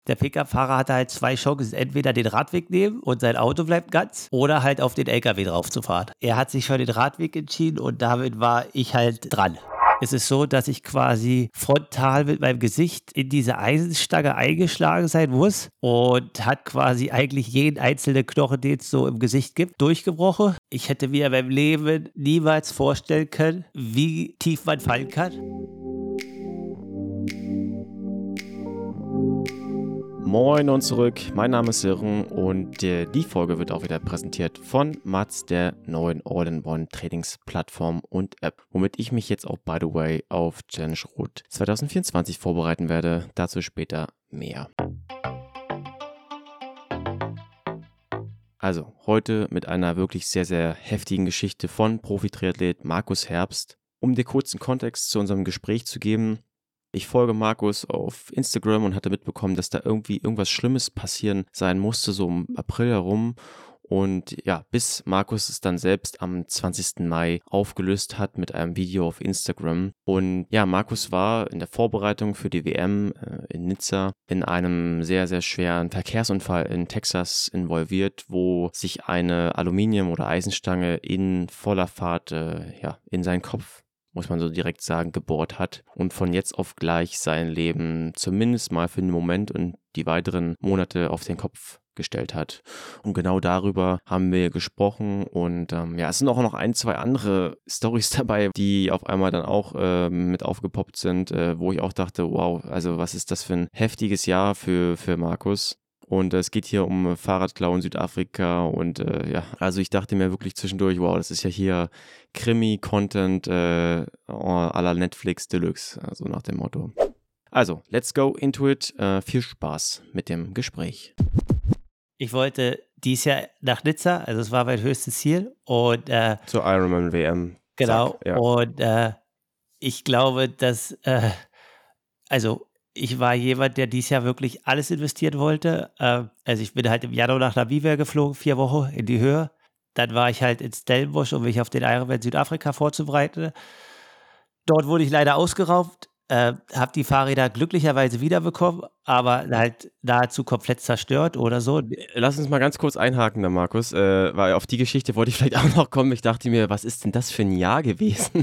Der Pkw-Fahrer hatte halt zwei Chancen, entweder den Radweg nehmen und sein Auto bleibt ganz oder halt auf den LKW drauf zu fahren. Er hat sich für den Radweg entschieden und damit war ich halt dran. Es ist so, dass ich quasi frontal mit meinem Gesicht in diese Eisenstange eingeschlagen sein muss und hat quasi eigentlich jeden einzelnen Knochen, den es so im Gesicht gibt, durchgebrochen. Ich hätte mir in meinem Leben niemals vorstellen können, wie tief man fallen kann. Moin und zurück, mein Name ist Sören und die Folge wird auch wieder präsentiert von Mats, der neuen All-in-One-Trainingsplattform und App, womit ich mich jetzt auch, by the way, auf Challenge Route 2024 vorbereiten werde. Dazu später mehr. Also, heute mit einer wirklich sehr, sehr heftigen Geschichte von Profi-Triathlet Markus Herbst. Um dir kurzen Kontext zu unserem Gespräch zu geben: Ich folge Markus auf Instagram und hatte mitbekommen, dass da irgendwie irgendwas Schlimmes passieren sein musste, so im April herum. Und ja, bis Markus es dann selbst am 20. Mai aufgelöst hat mit einem Video auf Instagram. Und ja, Markus war in der Vorbereitung für die WM in Nizza in einem sehr, sehr schweren Verkehrsunfall in Texas involviert, wo sich eine Aluminium- oder Eisenstange in voller Fahrt in seinen Kopf, muss man so direkt sagen, gebohrt hat und von jetzt auf gleich sein Leben zumindest mal für den Moment und die weiteren Monate auf den Kopf gestellt hat. Und genau darüber haben wir gesprochen und es sind auch noch ein, zwei andere Storys dabei, die auf einmal dann auch mit aufgepoppt sind, wo ich auch dachte, wow, also was ist das für ein heftiges Jahr für Markus. Und es geht hier um Fahrradklau in Südafrika und also ich dachte mir wirklich zwischendurch, wow, das ist ja hier Krimi-Content à la Netflix Deluxe, also nach dem Motto. Also, let's go into it. Viel Spaß mit dem Gespräch. Ich wollte dieses Jahr nach Nizza, also es war mein höchstes Ziel. Und zur Ironman WM. Genau. Zack, ja. Und ich glaube, dass ich war jemand, der dieses Jahr wirklich alles investieren wollte. Also ich bin halt im Januar nach Namibia geflogen, 4 Wochen in die Höhe. Dann war ich halt in Stellenbosch, um mich auf den Ironman Südafrika vorzubereiten. Dort wurde ich leider ausgeraubt, habe die Fahrräder glücklicherweise wiederbekommen, aber halt nahezu komplett zerstört oder so. Lass uns mal ganz kurz einhaken da, Markus, weil auf die Geschichte wollte ich vielleicht auch noch kommen. Ich dachte mir, was ist denn das für ein Jahr gewesen?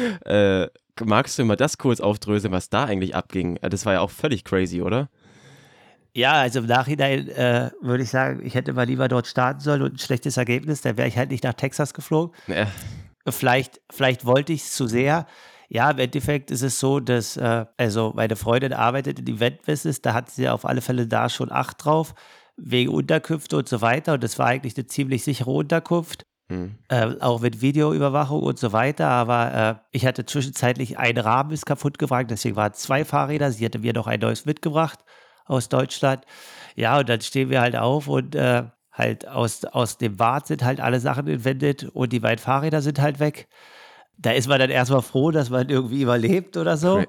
Magst du mal das kurz aufdröseln, was da eigentlich abging? Das war ja auch völlig crazy, oder? Ja, also im Nachhinein würde ich sagen, ich hätte mal lieber dort starten sollen und ein schlechtes Ergebnis, dann wäre ich halt nicht nach Texas geflogen. Ja. Vielleicht wollte ich es zu sehr. Ja, im Endeffekt ist es so, dass meine Freundin arbeitet im Event-Business, da hat sie auf alle Fälle da schon 8 drauf, wegen Unterkünfte und so weiter. Und das war eigentlich eine ziemlich sichere Unterkunft, auch mit Videoüberwachung und so weiter. Aber ich hatte zwischenzeitlich einen Rahmen ist kaputt gegangen, deswegen waren 2 Fahrräder. Sie hatte mir noch ein neues mitgebracht aus Deutschland. Ja, und dann stehen wir halt auf und halt aus dem Bad sind halt alle Sachen entwendet und die beiden Fahrräder sind halt weg. Da ist man dann erstmal froh, dass man irgendwie überlebt oder so.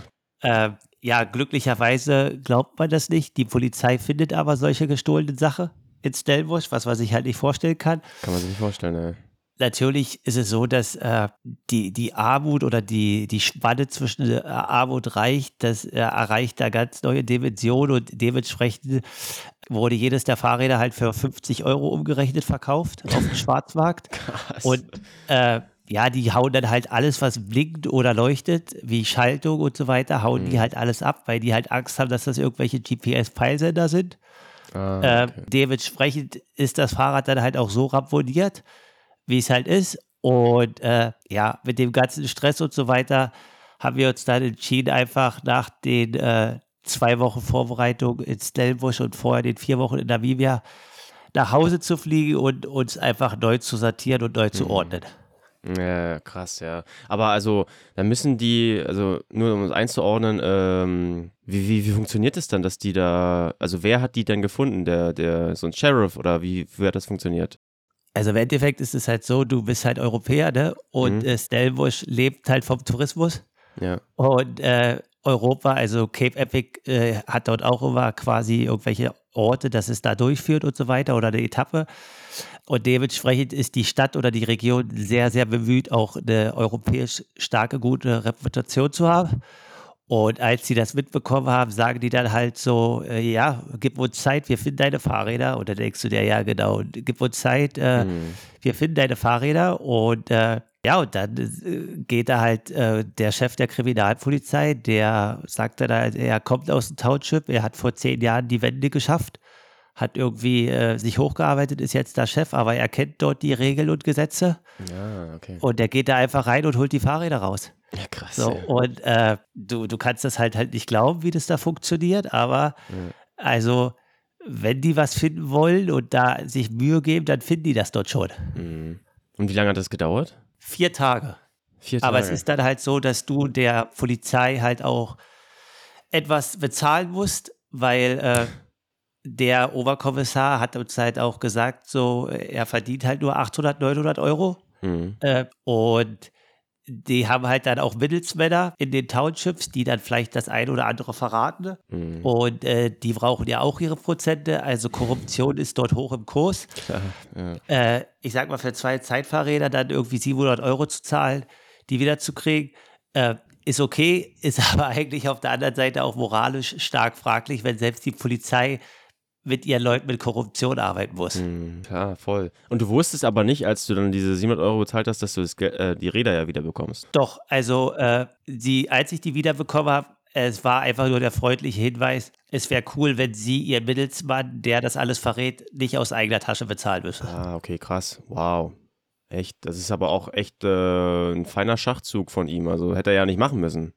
Ja. Glücklicherweise glaubt man das nicht. Die Polizei findet aber solche gestohlenen Sachen in Stellenbosch, was man sich halt nicht vorstellen kann. Kann man sich nicht vorstellen, ey. Natürlich ist es so, dass die Armut oder die Spanne zwischen Arm und Reich, das erreicht da ganz neue Dimensionen und dementsprechend wurde jedes der Fahrräder halt für 50 € umgerechnet verkauft auf dem Schwarzmarkt. Krass. Und die hauen dann halt alles, was blinkt oder leuchtet, wie Schaltung und so weiter, hauen die halt alles ab, weil die halt Angst haben, dass das irgendwelche GPS-Peilsender sind. Okay. Dementsprechend ist das Fahrrad dann halt auch so ramponiert, wie es halt ist. Und mit dem ganzen Stress und so weiter haben wir uns dann entschieden, einfach nach den 2 Wochen Vorbereitung in Stellenbosch und vorher den 4 Wochen in Namibia nach Hause zu fliegen und uns einfach neu zu sortieren und neu zu ordnen. Ja, krass, ja. Aber also, dann müssen die, also nur um es einzuordnen, wie funktioniert es dann, dass die da, also wer hat die denn gefunden? Der so ein Sheriff oder wie hat das funktioniert? Also im Endeffekt ist es halt so, du bist halt Europäer, ne? Und Stellenbosch lebt halt vom Tourismus. Ja. Und Europa, also Cape Epic, hat dort auch immer quasi irgendwelche Orte, dass es da durchführt und so weiter oder eine Etappe. Und dementsprechend ist die Stadt oder die Region sehr, sehr bemüht, auch eine europäisch starke, gute Reputation zu haben. Und als sie das mitbekommen haben, sagen die dann halt so, ja, gib uns Zeit, wir finden deine Fahrräder. Und dann denkst du dir, ja genau, gib uns Zeit, wir finden deine Fahrräder. Und ja, und dann geht da halt der Chef der Kriminalpolizei, der sagt dann halt, er kommt aus dem Township, er hat vor 10 Jahren die Wende geschafft, hat irgendwie sich hochgearbeitet, ist jetzt der Chef, aber er kennt dort die Regeln und Gesetze. Ja, okay. Und der geht da einfach rein und holt die Fahrräder raus. Ja, krass. So, Ja. und du kannst das halt nicht glauben, wie das da funktioniert, aber Ja. also, wenn die was finden wollen und da sich Mühe geben, dann finden die das dort schon. Mhm. Und wie lange hat das gedauert? 4 Tage. 4 Aber es Tage. ist dann halt so, dass du der Polizei halt auch etwas bezahlen musst, weil der Oberkommissar hat uns halt auch gesagt, so, er verdient halt nur 800, 900 Euro. Mhm. Und die haben halt dann auch Mittelsmänner in den Townships, die dann vielleicht das eine oder andere verraten. Mhm. Und die brauchen ja auch ihre Prozente. Also Korruption ist dort hoch im Kurs. Klar, ja. Ich sag mal, für 2 Zeitfahrräder dann irgendwie 700 Euro zu zahlen, die wieder zu kriegen, ist okay, ist aber eigentlich auf der anderen Seite auch moralisch stark fraglich, wenn selbst die Polizei mit ihren Leuten mit Korruption arbeiten muss. Mhm, klar, voll. Und du wusstest aber nicht, als du dann diese 700 Euro bezahlt hast, dass du die Räder ja wieder bekommst. Doch, also als ich die wiederbekommen habe, es war einfach nur der freundliche Hinweis, es wäre cool, wenn sie ihr Mittelsmann, der das alles verrät, nicht aus eigener Tasche bezahlen müssen. Ah, okay, krass. Wow. Echt, das ist aber auch echt ein feiner Schachzug von ihm. Also hätte er ja nicht machen müssen.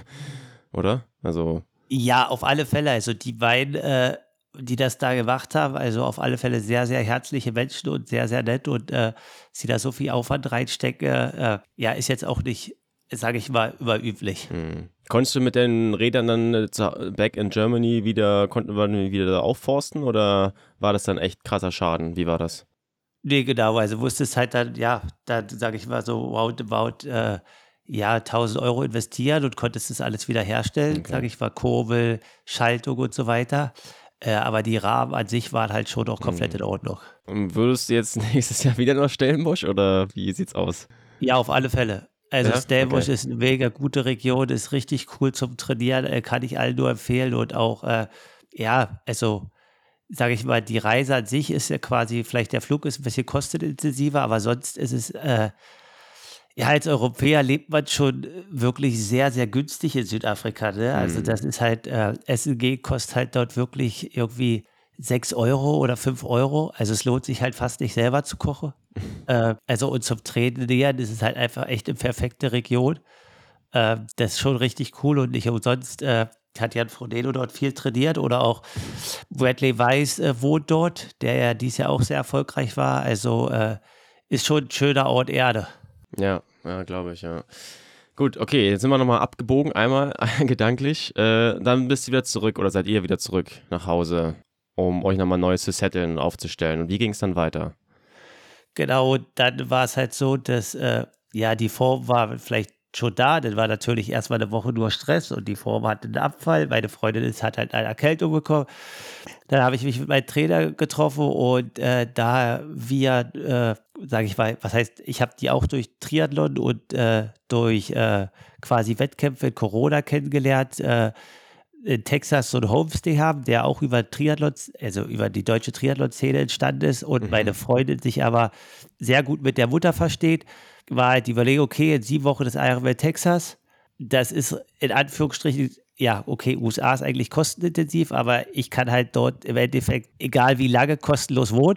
Oder? Also, Ja, auf alle Fälle. Also die beiden, die das da gemacht haben, also auf alle Fälle sehr, sehr herzliche Menschen und sehr, sehr nett und sie da so viel Aufwand reinstecken, ja, ist jetzt auch nicht, sage ich mal, überüblich. konntest du mit den Rädern dann back in Germany konnten wir wieder aufforsten oder war das dann echt krasser Schaden? Wie war das? Nee, genau, also wusstest halt dann, ja, dann sage ich mal so roundabout, ja, 1.000 Euro investieren und konntest das alles wieder herstellen, Okay. sage ich mal, Kurbel, Schaltung und so weiter. Aber die Rahmen an sich waren halt schon noch komplett in Ordnung. Und würdest du jetzt nächstes Jahr wieder nach Stellenbosch oder wie sieht's aus? Ja, auf alle Fälle. Also Ja? Stellenbosch Okay. ist eine mega gute Region, ist richtig cool zum Trainieren, kann ich allen nur empfehlen und auch, ja, also sage ich mal, die Reise an sich ist ja quasi, vielleicht der Flug ist ein bisschen kostenintensiver, aber sonst ist es, ja, als Europäer lebt man schon wirklich sehr, sehr günstig in Südafrika. Ne? Also das ist halt, SNG kostet halt dort wirklich irgendwie 6 Euro oder 5 Euro. Also es lohnt sich halt fast nicht selber zu kochen. Also und zum Trainieren ist es halt einfach echt eine perfekte Region. Das ist schon richtig cool und nicht umsonst hat Jan Frodeno dort viel trainiert oder auch Bradley Weiss wohnt dort, der ja dieses Jahr auch sehr erfolgreich war. Also ist schon ein schöner Ort Erde. Ja, glaube ich, ja. Gut, okay, jetzt sind wir nochmal abgebogen, einmal gedanklich. Dann bist du wieder zurück oder seid ihr wieder zurück nach Hause, um euch nochmal neu zu setteln und aufzustellen. Und wie ging es dann weiter? Genau, dann war es halt so, dass ja die Form war vielleicht schon da, dann war natürlich erstmal eine Woche nur Stress und die Form hatte einen Abfall. Meine Freundin hat halt eine Erkältung bekommen. Dann habe ich mich mit meinem Trainer getroffen und da wir, sage ich mal, was heißt, ich habe die auch durch Triathlon und durch quasi Wettkämpfe in Corona kennengelernt. In Texas so einen Homestay haben, der auch über Triathlons, also über die deutsche Triathlon-Szene entstanden ist und meine Freundin sich aber sehr gut mit der Mutter versteht, war halt die Überlegung, okay, in 7 Wochen das Ironman Texas, das ist in Anführungsstrichen, ja, okay, USA ist eigentlich kostenintensiv, aber ich kann halt dort im Endeffekt, egal wie lange, kostenlos wohnen.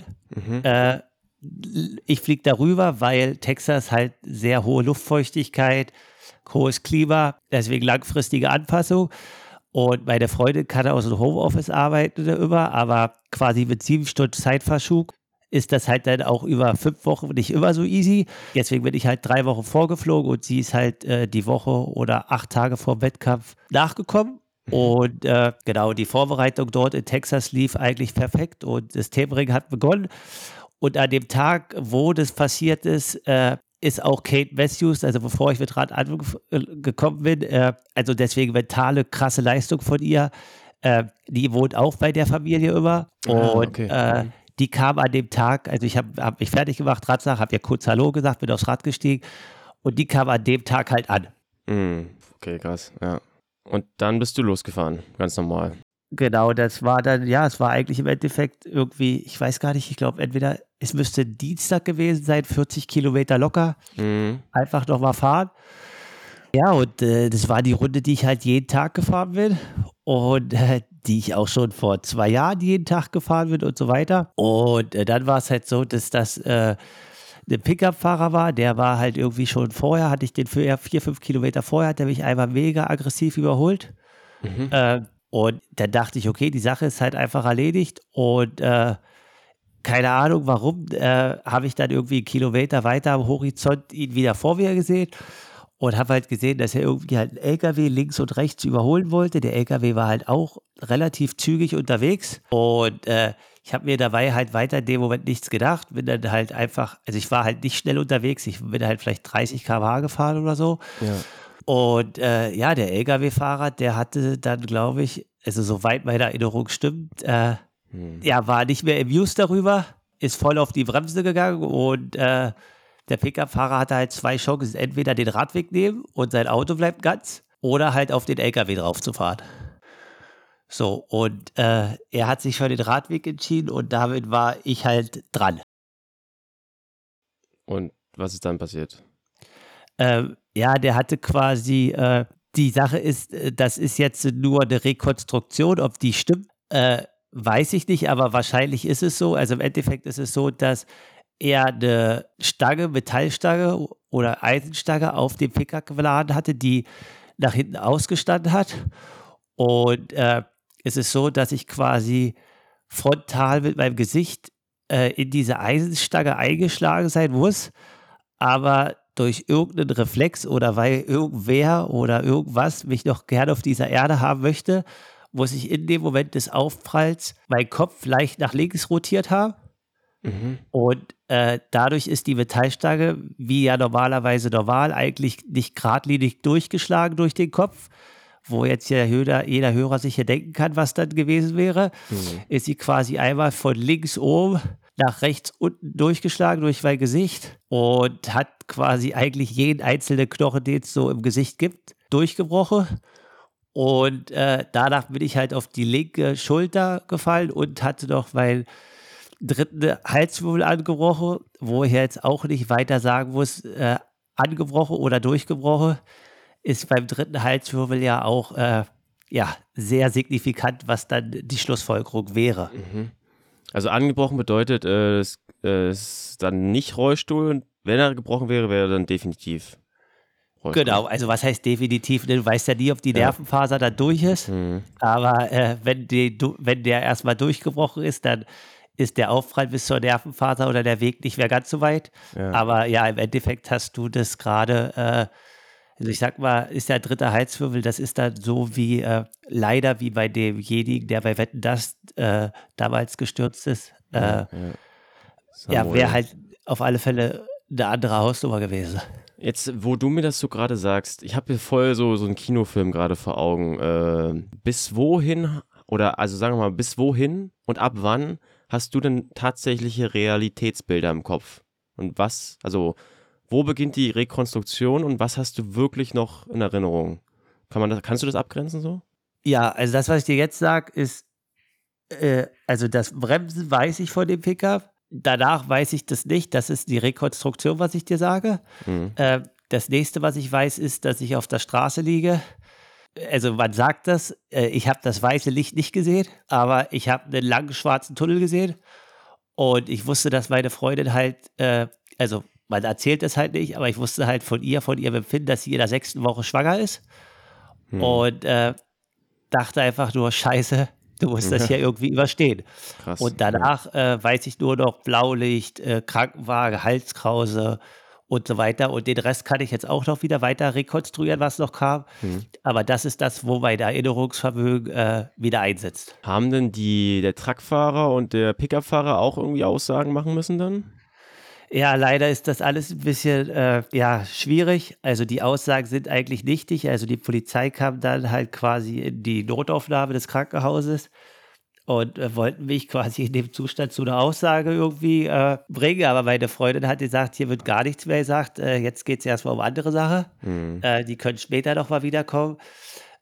Ich fliege darüber, weil Texas halt sehr hohe Luftfeuchtigkeit, hohes Klima, deswegen langfristige Anpassung. Und meine Freundin kann aus dem Homeoffice arbeiten immer, aber quasi mit 7 Stunden Zeitverschub ist das halt dann auch über 5 Wochen nicht immer so easy. Deswegen bin ich halt 3 Wochen vorgeflogen und sie ist halt die Woche oder 8 Tage vor dem Wettkampf nachgekommen. Und genau, die Vorbereitung dort in Texas lief eigentlich perfekt und das Tapering hat begonnen. Und an dem Tag, wo das passiert ist, ist auch Kate Matthews, also bevor ich mit Rad angekommen bin, also deswegen mentale, krasse Leistung von ihr, die wohnt auch bei der Familie immer und Okay. die kam an dem Tag, also ich hab mich fertig gemacht, Radsache, habe ihr kurz Hallo gesagt, bin aufs Rad gestiegen und die kam an dem Tag halt an. Okay, krass, ja. Und dann bist du losgefahren, ganz normal. Genau, das war dann, ja, es war eigentlich im Endeffekt irgendwie, ich weiß gar nicht, ich glaube entweder, es müsste Dienstag gewesen sein, 40 Kilometer locker, einfach nochmal fahren. Ja, und das war die Runde, die ich halt jeden Tag gefahren bin und die ich auch schon vor 2 Jahren jeden Tag gefahren bin und so weiter. Und dann war es halt so, dass das ein Pickup-Fahrer war, der war halt irgendwie schon vorher, hatte ich den für 4, 5 Kilometer vorher, hat der mich einmal mega aggressiv überholt. Und dann dachte ich, okay, die Sache ist halt einfach erledigt und keine Ahnung warum, habe ich dann irgendwie einen Kilometer weiter am Horizont ihn wieder vor mir gesehen und habe halt gesehen, dass er irgendwie halt einen LKW links und rechts überholen wollte. Der LKW war halt auch relativ zügig unterwegs und ich habe mir dabei halt weiter in dem Moment nichts gedacht, bin dann halt einfach, also ich war halt nicht schnell unterwegs, ich bin halt vielleicht 30 km/h gefahren oder so. Ja. Und ja, der LKW-Fahrer, der hatte dann, glaube ich, also soweit meine Erinnerung stimmt, ja, war nicht mehr amused darüber, ist voll auf die Bremse gegangen und der Pickup-Fahrer hatte halt 2 Chancen, entweder den Radweg nehmen und sein Auto bleibt ganz oder halt auf den LKW drauf zu fahren. So, und er hat sich für den Radweg entschieden und damit war ich halt dran. Und was ist dann passiert? Ja, der hatte quasi, die Sache ist, das ist jetzt nur eine Rekonstruktion, ob die stimmt, weiß ich nicht, aber wahrscheinlich ist es so. Also im Endeffekt ist es so, dass er eine Stange, Metallstange oder Eisenstange auf dem Pickup geladen hatte, die nach hinten ausgestanden hat. Und es ist so, dass ich quasi frontal mit meinem Gesicht in diese Eisenstange eingeschlagen sein muss, aber durch irgendeinen Reflex oder weil irgendwer oder irgendwas mich noch gerne auf dieser Erde haben möchte, muss ich in dem Moment des Aufpralls meinen Kopf leicht nach links rotiert haben. Und dadurch ist die Metallstange, wie ja normalerweise normal, eigentlich nicht geradlinig durchgeschlagen durch den Kopf, wo jetzt jeder Hörer sich hier denken kann, was dann gewesen wäre, ist sie quasi einmal von links oben nach rechts unten durchgeschlagen durch mein Gesicht und hat quasi eigentlich jeden einzelnen Knochen, den es so im Gesicht gibt, durchgebrochen. Und danach bin ich halt auf die linke Schulter gefallen und hatte noch meinen dritten Halswirbel angebrochen, wo ich jetzt auch nicht weiter sagen muss, angebrochen oder durchgebrochen, ist beim dritten Halswirbel ja auch ja, sehr signifikant, was dann die Schlussfolgerung wäre. Also angebrochen bedeutet, es ist dann nicht Rollstuhl und wenn er gebrochen wäre, wäre er dann definitiv Rollstuhl. Genau, also was heißt definitiv? Du weißt ja nie, ob die Nervenfaser da durch ist, aber wenn der erstmal durchgebrochen ist, dann ist der Aufprall bis zur Nervenfaser oder der Weg nicht mehr ganz so weit. Ja. Aber ja, im Endeffekt hast du das gerade, also ich sag mal, ist der dritte Halswirbel, das ist dann so wie, leider wie bei demjenigen, der bei Wetten, dass damals gestürzt ist. Ja, wäre halt auf alle Fälle eine andere Hausnummer gewesen. Jetzt, wo du mir das so gerade sagst, ich habe hier voll so einen Kinofilm gerade vor Augen. Bis wohin, oder also sagen wir mal, bis wohin und ab wann hast du denn tatsächliche Realitätsbilder im Kopf? Und was, also wo beginnt die Rekonstruktion und was hast du wirklich noch in Erinnerung? Kannst du das abgrenzen so? Ja, also das, was ich dir jetzt sage, ist, also das Bremsen weiß ich von dem Pickup. Danach weiß ich das nicht. Das ist die Rekonstruktion, was ich dir sage. Das nächste, was ich weiß, ist, dass ich auf der Straße liege. Also man sagt das, ich habe das weiße Licht nicht gesehen, aber ich habe einen langen schwarzen Tunnel gesehen und ich wusste, dass meine Freundin halt, also man erzählt es halt nicht, aber ich wusste halt von ihrem Empfinden, dass sie in der 6. Woche schwanger ist und dachte einfach nur, scheiße, du musst das hier irgendwie überstehen. Krass. Und danach weiß ich nur noch Blaulicht, Krankenwagen, Halskrause und so weiter. Und den Rest kann ich jetzt auch noch wieder weiter rekonstruieren, was noch kam. Aber das ist das, wo mein Erinnerungsvermögen wieder einsetzt. Haben denn der Truckfahrer und der Pickupfahrer auch irgendwie Aussagen machen müssen dann? Ja, leider ist das alles ein bisschen schwierig. Also die Aussagen sind eigentlich nichtig. Also die Polizei kam dann halt quasi in die Notaufnahme des Krankenhauses und wollten mich quasi in dem Zustand zu einer Aussage irgendwie bringen. Aber meine Freundin hat gesagt, hier wird gar nichts mehr gesagt. Jetzt geht es erstmal um andere Sache. Die können später noch mal wiederkommen.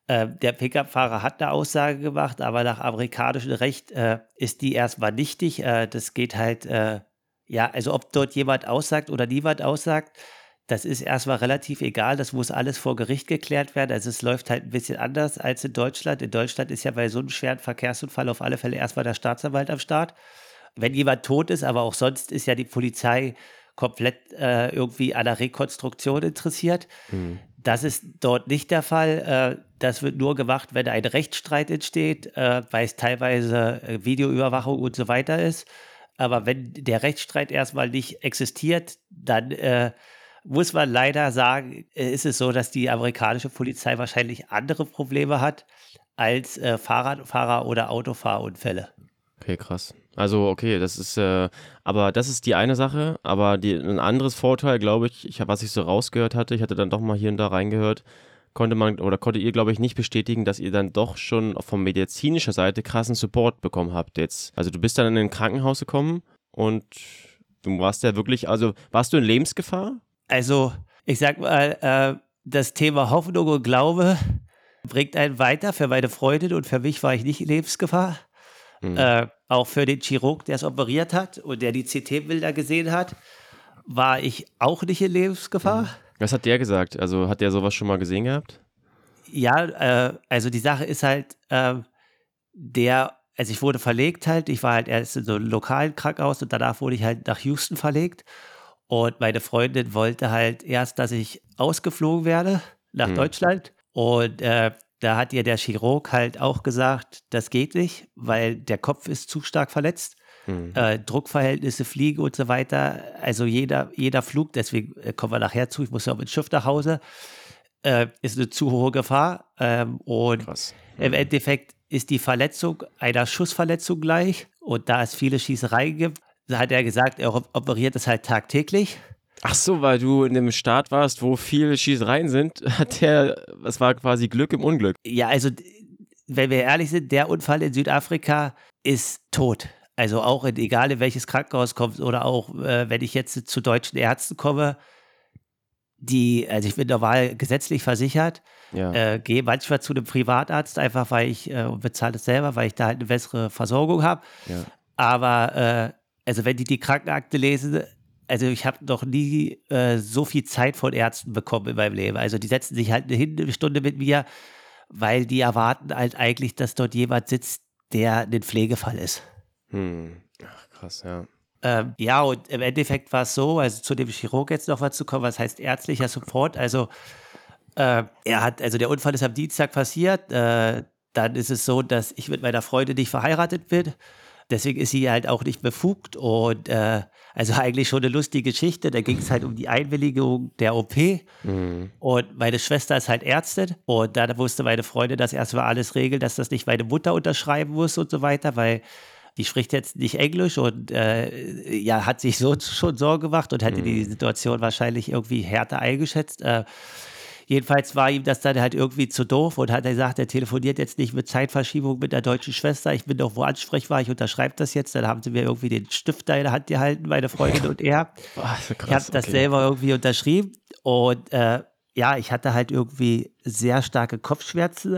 Der Pickup-Fahrer hat eine Aussage gemacht, aber nach amerikanischem Recht ist die erstmal nichtig. Das geht halt, ja, also ob dort jemand aussagt oder niemand aussagt, das ist erstmal relativ egal. Das muss alles vor Gericht geklärt werden. Also es läuft halt ein bisschen anders als in Deutschland. In Deutschland ist ja bei so einem schweren Verkehrsunfall auf alle Fälle erstmal der Staatsanwalt am Start. Wenn jemand tot ist, aber auch sonst ist ja die Polizei komplett irgendwie an der Rekonstruktion interessiert. Mhm. Das ist dort nicht der Fall. Das wird nur gemacht, wenn ein Rechtsstreit entsteht, weil es teilweise Videoüberwachung und so weiter ist. Aber wenn der Rechtsstreit erstmal nicht existiert, dann muss man leider sagen, ist es so, dass die amerikanische Polizei wahrscheinlich andere Probleme hat als Fahrradfahrer- oder Autofahrunfälle. Okay, krass. Also, okay, das ist, aber das ist die eine Sache, aber ein anderes Vorteil, glaube ich, was ich so rausgehört hatte, ich hatte dann doch mal hier und da reingehört, konntet ihr, glaube ich, nicht bestätigen, dass ihr dann doch schon von medizinischer Seite krassen Support bekommen habt jetzt. Also du bist dann in ein Krankenhaus gekommen und du warst ja wirklich, also warst du in Lebensgefahr? Also, ich sag mal, das Thema Hoffnung und Glaube bringt einen weiter. Für meine Freundin und für mich war ich nicht in Lebensgefahr. Auch für den Chirurg, der es operiert hat und der die CT-Bilder gesehen hat, war ich auch nicht in Lebensgefahr. Was hat der gesagt? Also hat der sowas schon mal gesehen gehabt? Ja, also die Sache ist halt, also ich wurde verlegt halt, ich war halt erst in so einem lokalen Krankenhaus und danach wurde ich halt nach Houston verlegt. Und meine Freundin wollte halt erst, dass ich ausgeflogen werde nach Deutschland. Und da hat ihr der Chirurg halt auch gesagt, das geht nicht, weil der Kopf ist zu stark verletzt. Druckverhältnisse, Fliegen und so weiter. Also jeder Flug, deswegen kommen wir nachher zu, ich muss ja auch mit Schiff nach Hause, ist eine zu hohe Gefahr. Und Krass. im Endeffekt ist die Verletzung einer Schussverletzung gleich. Und da es viele Schießereien gibt, hat er gesagt, er operiert es halt tagtäglich. Ach so, weil du in dem Staat warst, wo viele Schießereien sind, das war quasi Glück im Unglück. Ja, also wenn wir ehrlich sind, der Unfall in Südafrika ist tot. Also auch egal in welches Krankenhaus kommt oder auch wenn ich jetzt zu deutschen Ärzten komme, also ich bin normal gesetzlich versichert, Ja. gehe manchmal zu einem Privatarzt, einfach weil ich bezahle es selber, weil ich da halt eine bessere Versorgung habe. Ja. Aber also wenn die Krankenakte lesen, also ich habe noch nie so viel Zeit von Ärzten bekommen in meinem Leben. Also die setzen sich halt eine Stunde mit mir, weil die erwarten halt eigentlich, dass dort jemand sitzt, der ein Pflegefall ist. Ach, krass, ja. Ja, und im Endeffekt war es so, also zu dem Chirurg jetzt noch was zu kommen, was heißt ärztlicher Support? Also also der Unfall ist am Dienstag passiert, dann ist es so, dass ich mit meiner Freundin nicht verheiratet bin. Deswegen ist sie halt auch nicht befugt und also eigentlich schon eine lustige Geschichte. Da ging es halt um die Einwilligung der OP und meine Schwester ist halt Ärztin und da wusste meine Freundin, dass erstmal alles regeln, dass das nicht meine Mutter unterschreiben muss und so weiter, weil die spricht jetzt nicht Englisch und ja, hat sich so schon Sorgen gemacht und hätte die Situation wahrscheinlich irgendwie härter eingeschätzt. Jedenfalls war ihm das dann halt irgendwie zu doof und hat er gesagt, er telefoniert jetzt nicht mit Zeitverschiebung mit der deutschen Schwester. Ich bin doch wo ansprechbar, ich unterschreibe das jetzt. Dann haben sie mir irgendwie den Stift da in der Hand gehalten, meine Freundin und er. Krass, Ich habe das selber irgendwie unterschrieben und ja, ich hatte halt irgendwie sehr starke Kopfschmerzen.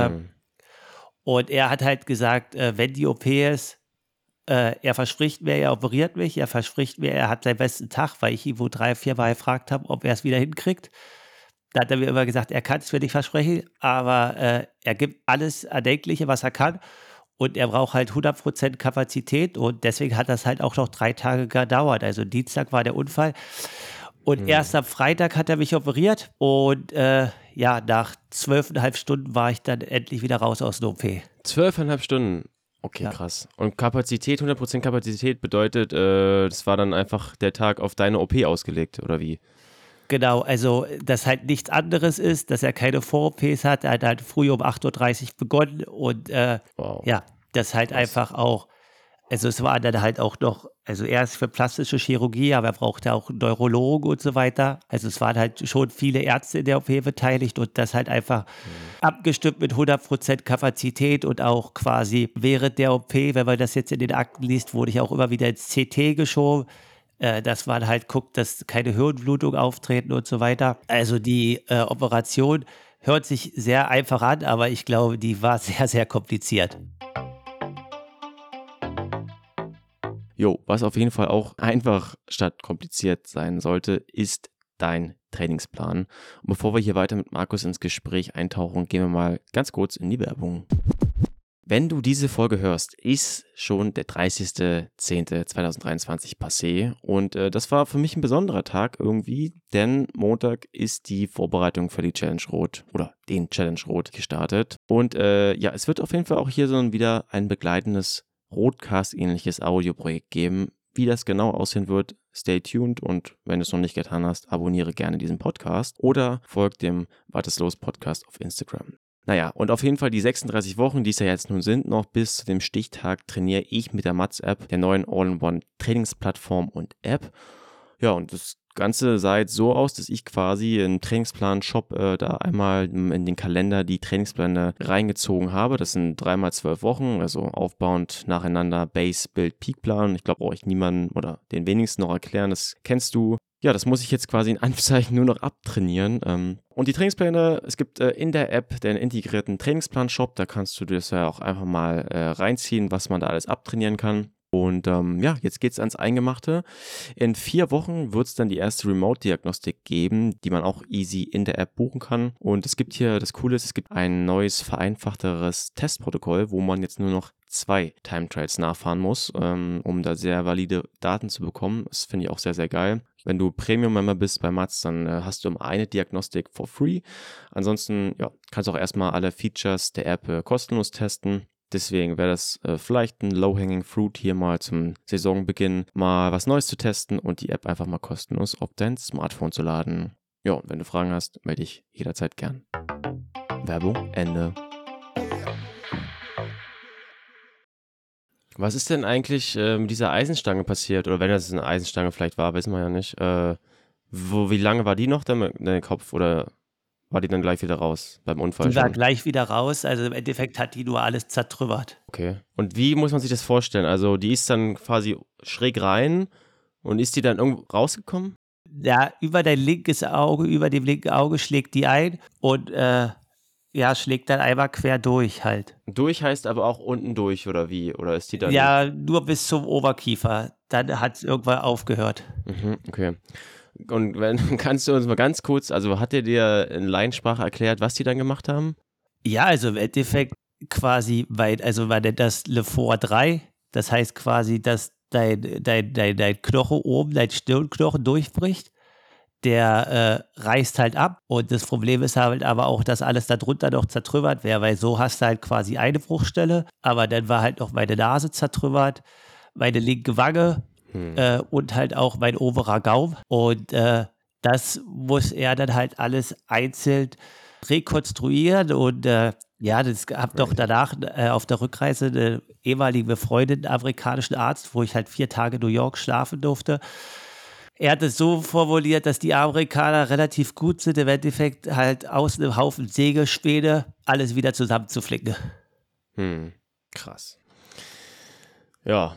Und er hat halt gesagt, wenn die OP ist, er verspricht mir, er operiert mich, er verspricht mir, er hat seinen besten Tag, weil ich ihn wohl 3, 4 Mal gefragt habe, ob er es wieder hinkriegt. Da hat er mir immer gesagt, er kann es mir nicht versprechen, aber er gibt alles Erdenkliche, was er kann. Und er braucht halt 100% Kapazität und deswegen hat das halt auch noch 3 Tage gedauert. Also Dienstag war der Unfall. Und erst am Freitag hat er mich operiert und ja, nach 12,5 Stunden war ich dann endlich wieder raus aus der OP. 12,5 Stunden. Okay, Ja. krass. Und Kapazität, 100% Kapazität bedeutet, das war dann einfach der Tag auf deine OP ausgelegt, oder wie? Genau, also dass halt nichts anderes ist, dass er keine Vor-OPs hat. Er hat halt früh um 8:30 Uhr begonnen und Wow. ja, das halt einfach auch, also es war dann halt auch noch, also er ist für plastische Chirurgie, aber er brauchte auch einen Neurologen und so weiter. Also es waren halt schon viele Ärzte in der OP beteiligt und das halt einfach abgestimmt mit 100% Kapazität und auch quasi während der OP, wenn man das jetzt in den Akten liest, wurde ich auch immer wieder ins CT geschoben. Dass man halt guckt, dass keine Hirnblutung auftreten und so weiter. Also die Operation hört sich sehr einfach an, aber ich glaube, die war sehr, sehr kompliziert. Jo, was auf jeden Fall auch einfach statt kompliziert sein sollte, ist dein Trainingsplan. Und bevor wir hier weiter mit Markus ins Gespräch eintauchen, gehen wir mal ganz kurz in die Werbung. Wenn du diese Folge hörst, ist schon der 30.10.2023 passé und das war für mich ein besonderer Tag irgendwie, denn Montag ist die Vorbereitung für die Challenge Rot oder den Challenge Rot gestartet und es wird auf jeden Fall auch hier so wieder ein begleitendes Roadcast-ähnliches Audioprojekt geben. Wie das genau aussehen wird, stay tuned und wenn du es noch nicht getan hast, abonniere gerne diesen Podcast oder folg dem Was ist los Podcast auf Instagram. Naja, und auf jeden Fall die 36 Wochen, die es ja jetzt nun sind, noch bis zu dem Stichtag trainiere ich mit der Mats-App, der neuen All-in-One-Trainingsplattform und App. Ja, und das Ganze sah jetzt so aus, dass ich quasi im Trainingsplan-Shop da einmal in den Kalender die Trainingspläne reingezogen habe. Das sind 3x12 Wochen, also aufbauend nacheinander Base, Build, Peak-Plan. Ich glaube, brauche ich niemanden oder den wenigsten noch erklären, das kennst du. Ja, das muss ich jetzt quasi in Anführungszeichen nur noch abtrainieren. Und die Trainingspläne, es gibt in der App den integrierten Trainingsplan-Shop, da kannst du das ja auch einfach mal reinziehen, was man da alles abtrainieren kann. Und jetzt geht's ans Eingemachte. In 4 Wochen wird es dann die erste Remote-Diagnostik geben, die man auch easy in der App buchen kann. Und es gibt hier, das Coole ist, es gibt ein neues, vereinfachteres Testprotokoll, wo man jetzt nur noch 2 Time Trials nachfahren muss, um da sehr valide Daten zu bekommen. Das finde ich auch sehr, sehr geil. Wenn du Premium-Member bist bei Mats, dann hast du immer eine Diagnostik for free. Ansonsten kannst du auch erstmal alle Features der App kostenlos testen. Deswegen wäre das vielleicht ein Low-Hanging Fruit, hier mal zum Saisonbeginn mal was Neues zu testen und die App einfach mal kostenlos auf dein Smartphone zu laden. Ja, und wenn du Fragen hast, melde dich jederzeit gern. Werbung, Ende. Was ist denn eigentlich mit dieser Eisenstange passiert? Oder wenn das eine Eisenstange vielleicht war, wissen wir ja nicht. Wie lange war die noch da in deinem Kopf? Oder war die dann gleich wieder raus beim Unfall Die war schon? gleich wieder raus, also im Endeffekt hat die nur alles zertrümmert. Okay. Und wie muss man sich das vorstellen? Also die ist dann quasi schräg rein und ist die dann irgendwo rausgekommen? Ja, über dein linkes Auge, über dem linken Auge schlägt die ein und schlägt dann einmal quer durch halt. Durch heißt aber auch unten durch oder wie? Oder ist die dann... Ja, nur bis zum Oberkiefer. Dann hat es irgendwann aufgehört. Okay. Und kannst du uns mal ganz kurz, also hat der dir in Laiensprache erklärt, was die dann gemacht haben? Ja, also im Endeffekt quasi, man nennt das Le Fort 3. Das heißt quasi, dass dein Knochen oben, dein Stirnknochen durchbricht. Der reißt halt ab und das Problem ist halt aber auch, dass alles darunter noch zertrümmert wäre, weil so hast du halt quasi eine Bruchstelle, aber dann war halt noch meine Nase zertrümmert, meine linke Wange und halt auch mein oberer Gaumen und das muss er dann halt alles einzeln rekonstruieren und das gab doch danach auf der Rückreise eine ehemalige befreundete amerikanischen Arzt, wo ich halt 4 Tage in New York schlafen durfte. Er hat es so formuliert, dass die Amerikaner relativ gut sind, im Endeffekt halt aus einem Haufen Sägespäne alles wieder zusammenzuflicken. Krass. Ja.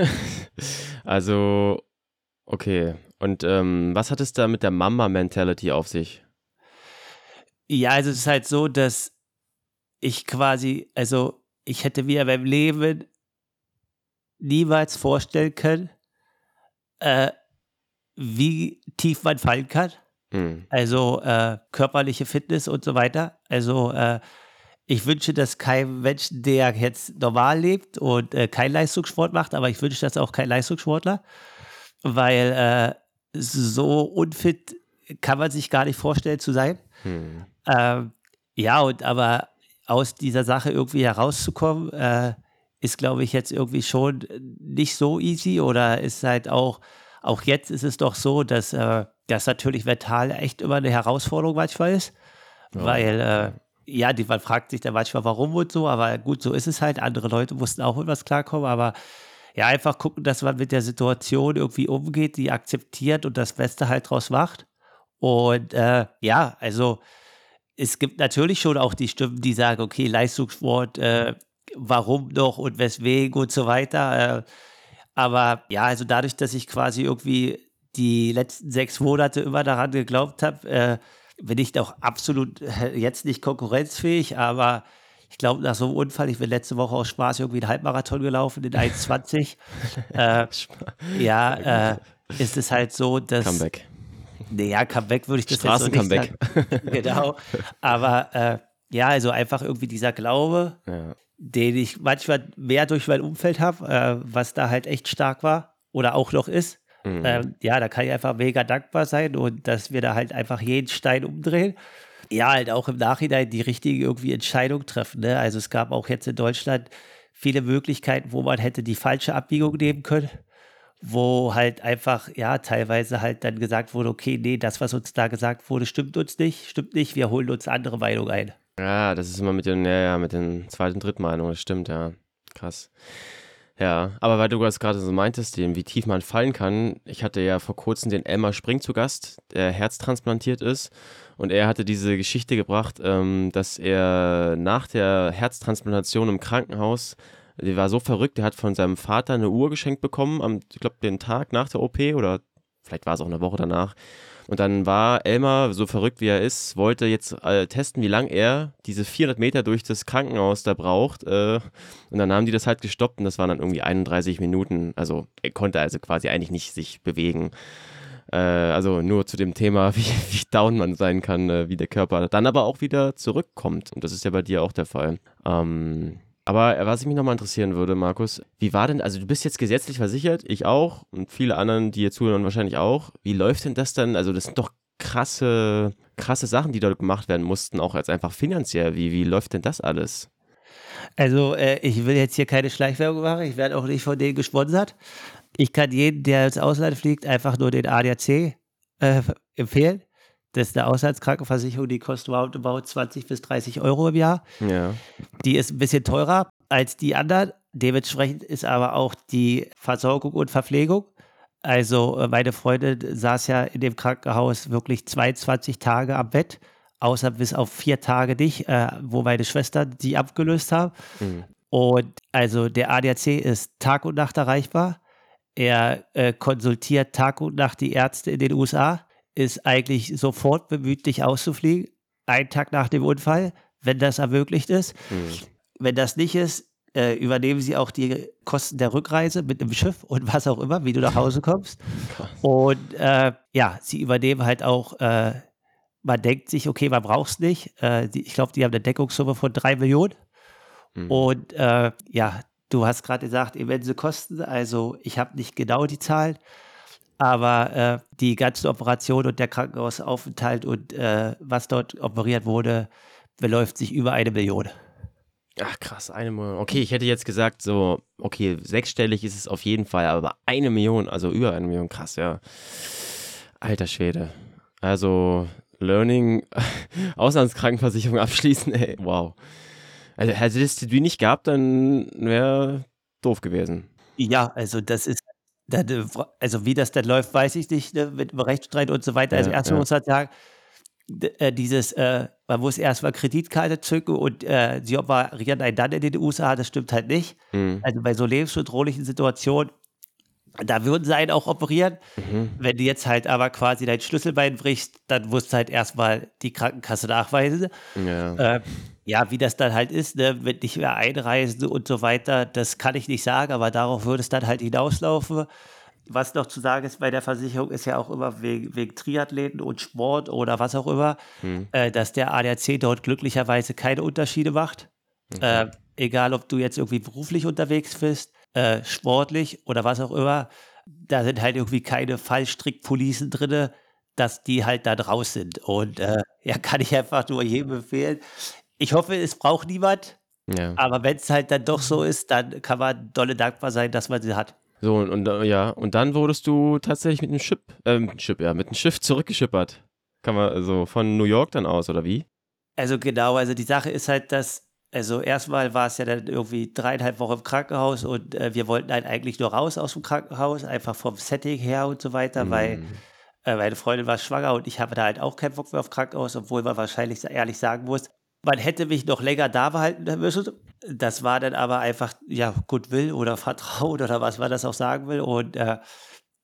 Also, okay. Und was hat es da mit der Mama-Mentality auf sich? Ja, also es ist halt so, dass ich quasi, also ich hätte mir in meinem Leben niemals vorstellen können, wie tief man fallen kann. Also körperliche Fitness und so weiter. Also ich wünsche das keinem Menschen, der jetzt normal lebt und keinen Leistungssport macht, aber ich wünsche das auch kein Leistungssportler, weil so unfit kann man sich gar nicht vorstellen zu sein. Aber aus dieser Sache irgendwie herauszukommen, ist, glaube ich, jetzt irgendwie schon nicht so easy oder ist halt auch jetzt ist es doch so, dass das natürlich mental echt immer eine Herausforderung manchmal ist, weil man fragt sich dann manchmal, warum und so, aber gut, so ist es halt. Andere Leute mussten auch mit was klarkommen, aber ja, einfach gucken, dass man mit der Situation irgendwie umgeht, die akzeptiert und das Beste halt draus macht. Und also es gibt natürlich schon auch die Stimmen, die sagen, okay, Leistungssport, warum noch und weswegen und so weiter. Aber ja, also dadurch, dass ich quasi irgendwie die letzten 6 Monate immer daran geglaubt habe, bin ich doch absolut jetzt nicht konkurrenzfähig, aber ich glaube, nach so einem Unfall, ich bin letzte Woche aus Spaß irgendwie einen Halbmarathon gelaufen in 1,20. Äh, Sehr gut. ja, ist es halt so, dass, Comeback. naja, Comeback würde ich das jetzt noch nicht Straßencomeback. sagen. Genau. Aber ja, also einfach irgendwie dieser Glaube, Ja. den ich manchmal mehr durch mein Umfeld habe, was da halt echt stark war oder auch noch ist. Mhm. Ja, da kann ich einfach mega dankbar sein und dass wir da halt einfach jeden Stein umdrehen. Ja, halt auch im Nachhinein die richtige irgendwie Entscheidung treffen. Ne? Also es gab auch jetzt in Deutschland viele Möglichkeiten, wo man hätte die falsche Abbiegung nehmen können, wo halt einfach, ja, teilweise halt dann gesagt wurde, okay, nee, das, was uns da gesagt wurde, stimmt nicht, wir holen uns andere Meinung ein. Ja, das ist immer mit den zweiten, Drittmeinungen, das stimmt, ja. Krass. Ja, aber weil du das gerade so meintest, wie tief man fallen kann, ich hatte ja vor kurzem den Elmar Spring zu Gast, der herztransplantiert ist. Und er hatte diese Geschichte gebracht, dass er nach der Herztransplantation im Krankenhaus, der war so verrückt, der hat von seinem Vater eine Uhr geschenkt bekommen, ich glaube, den Tag nach der OP oder vielleicht war es auch eine Woche danach. Und dann war Elmar, so verrückt wie er ist, wollte jetzt testen, wie lange er diese 400 Meter durch das Krankenhaus da braucht. Und dann haben die das halt gestoppt und das waren dann irgendwie 31 Minuten. Also er konnte also quasi eigentlich nicht sich bewegen. Also nur zu dem Thema, wie down man sein kann, wie der Körper dann aber auch wieder zurückkommt. Und das ist ja bei dir auch der Fall. Aber was mich nochmal interessieren würde, Markus, wie war denn, also du bist jetzt gesetzlich versichert, ich auch und viele anderen, die hier zuhören, wahrscheinlich auch. Wie läuft denn das dann? Also das sind doch krasse Sachen, die dort gemacht werden mussten, auch als einfach finanziell. Wie läuft denn das alles? Also ich will jetzt hier keine Schleichwerbung machen, ich werde auch nicht von denen gesponsert. Ich kann jedem, der ins Ausland fliegt, einfach nur den ADAC empfehlen. Das ist eine Auslandskrankenversicherung, die kostet roundabout 20 bis 30 Euro im Jahr. Ja. Die ist ein bisschen teurer als die anderen. Dementsprechend ist aber auch die Versorgung und Verpflegung. Also meine Freundin saß ja in dem Krankenhaus wirklich 22 Tage am Bett, außer bis auf 4 Tage nicht, wo meine Schwestern die abgelöst haben. Mhm. Und also der ADAC ist Tag und Nacht erreichbar. Er konsultiert Tag und Nacht die Ärzte in den USA, ist eigentlich sofort bemüht, dich auszufliegen, einen Tag nach dem Unfall, wenn das ermöglicht ist. Mhm. Wenn das nicht ist, übernehmen sie auch die Kosten der Rückreise mit einem Schiff und was auch immer, wie du nach Hause kommst. Krass. Und ja, sie übernehmen halt auch, man denkt sich, okay, man braucht es nicht. Ich glaube, die haben eine Deckungssumme von 3 Millionen. Mhm. Und ja, du hast gerade gesagt, immense Kosten. Also ich habe nicht genau die Zahlen, aber die ganze Operation und der Krankenhausaufenthalt und was dort operiert wurde, beläuft sich über 1 Million. Ach krass, 1 Million. Okay, ich hätte jetzt gesagt, so, okay, sechsstellig ist es auf jeden Fall, aber 1 Million, also über 1 Million, krass, ja. Alter Schwede. Also, Learning, Auslandskrankenversicherung abschließen, ey, wow. Also, hätte es die nicht gehabt, dann wäre doof gewesen. Ja, also das ist, also wie das dann läuft, weiß ich nicht, ne, mit dem Rechtsstreit und so weiter. Also Ja, erstmal ja. muss man sagen, dieses, man muss erstmal Kreditkarte zücken und sie operieren einen dann in den USA, das stimmt halt nicht. Mhm. Also bei so lebensbedrohlichen Situationen, da würden sie einen auch operieren. Mhm. Wenn du jetzt halt aber quasi dein Schlüsselbein brichst, dann musst du halt erstmal die Krankenkasse nachweisen. Ja. Ja, wie das dann halt ist, ne, mit nicht mehr einreisen und so weiter, das kann ich nicht sagen, aber darauf würde es dann halt hinauslaufen. Was noch zu sagen ist bei der Versicherung, ist ja auch immer wegen Triathleten und Sport oder was auch immer, Mhm. dass der ADAC dort glücklicherweise keine Unterschiede macht. Okay. Egal, ob du jetzt irgendwie beruflich unterwegs bist, sportlich oder was auch immer, da sind halt irgendwie keine Fallstrickpolicen drin, dass die halt da draus sind. Und ja, kann ich einfach nur jedem empfehlen. Ich hoffe, es braucht niemand, Ja. aber wenn es halt dann doch so ist, dann kann man dolle dankbar sein, dass man sie hat. So, ja, und dann wurdest du tatsächlich mit einem mit einem Schiff zurückgeschippert. Kann man, also von New York dann aus, oder wie? Also genau, also die Sache ist halt, dass, also erstmal war es ja dann irgendwie 3,5 Wochen im Krankenhaus und wir wollten halt eigentlich nur raus aus dem Krankenhaus, einfach vom Setting her und so weiter, weil Mhm. meine Freundin war schwanger und ich habe da halt auch keinen Bock mehr auf Krankenhaus, obwohl man wahrscheinlich ehrlich sagen muss, man hätte mich noch länger da behalten müssen. Das war dann aber einfach, ja, Goodwill oder Vertrauen oder was man das auch sagen will. Und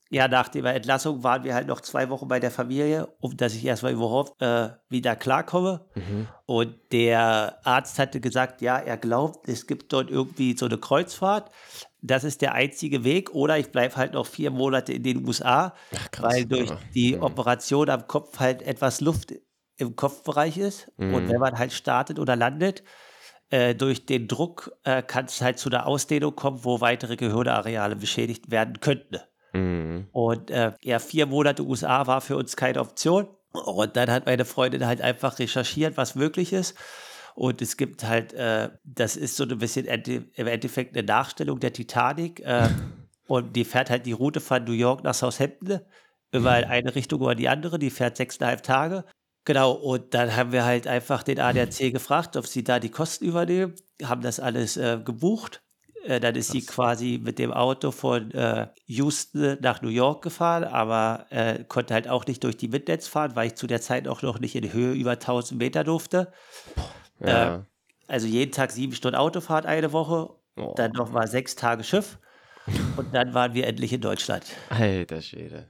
Ja, nach der Entlassung waren wir halt noch 2 Wochen bei der Familie, um dass ich erstmal überhaupt, wieder klarkomme. Mhm. Und der Arzt hatte gesagt, ja, er glaubt, es gibt dort irgendwie so eine Kreuzfahrt. Das ist der einzige Weg oder ich bleibe halt noch 4 Monate in den USA, Ach, weil krass. durch Ja. die Mhm. Operation am Kopf halt etwas Luft im Kopfbereich ist. Und wenn Mhm. man halt startet oder landet, durch den Druck, kann es halt zu einer Ausdehnung kommen, wo weitere Gehirnareale beschädigt werden könnten. Mhm. Und, ja, 4 Monate USA war für uns keine Option. Und dann hat meine Freundin halt einfach recherchiert, was möglich ist. Und es gibt halt, das ist so ein bisschen im Endeffekt eine Nachstellung der Titanic. Und die fährt halt die Route von New York nach Southampton, immer in eine Richtung oder die andere. Die fährt 6,5 Tage. Genau, und dann haben wir halt einfach den ADAC gefragt, ob sie da die Kosten übernehmen, haben das alles, gebucht. Dann ist sie Krass. quasi mit dem Auto von, Houston nach New York gefahren, aber, konnte halt auch nicht durch die Midlands fahren, weil ich zu der Zeit auch noch nicht in Höhe über 1.000 Meter durfte. Äh, Ja. also jeden Tag 7 Stunden Autofahrt eine Woche, dann Oh. noch mal 6 Tage Schiff und dann waren wir endlich in Deutschland. Alter Schwede.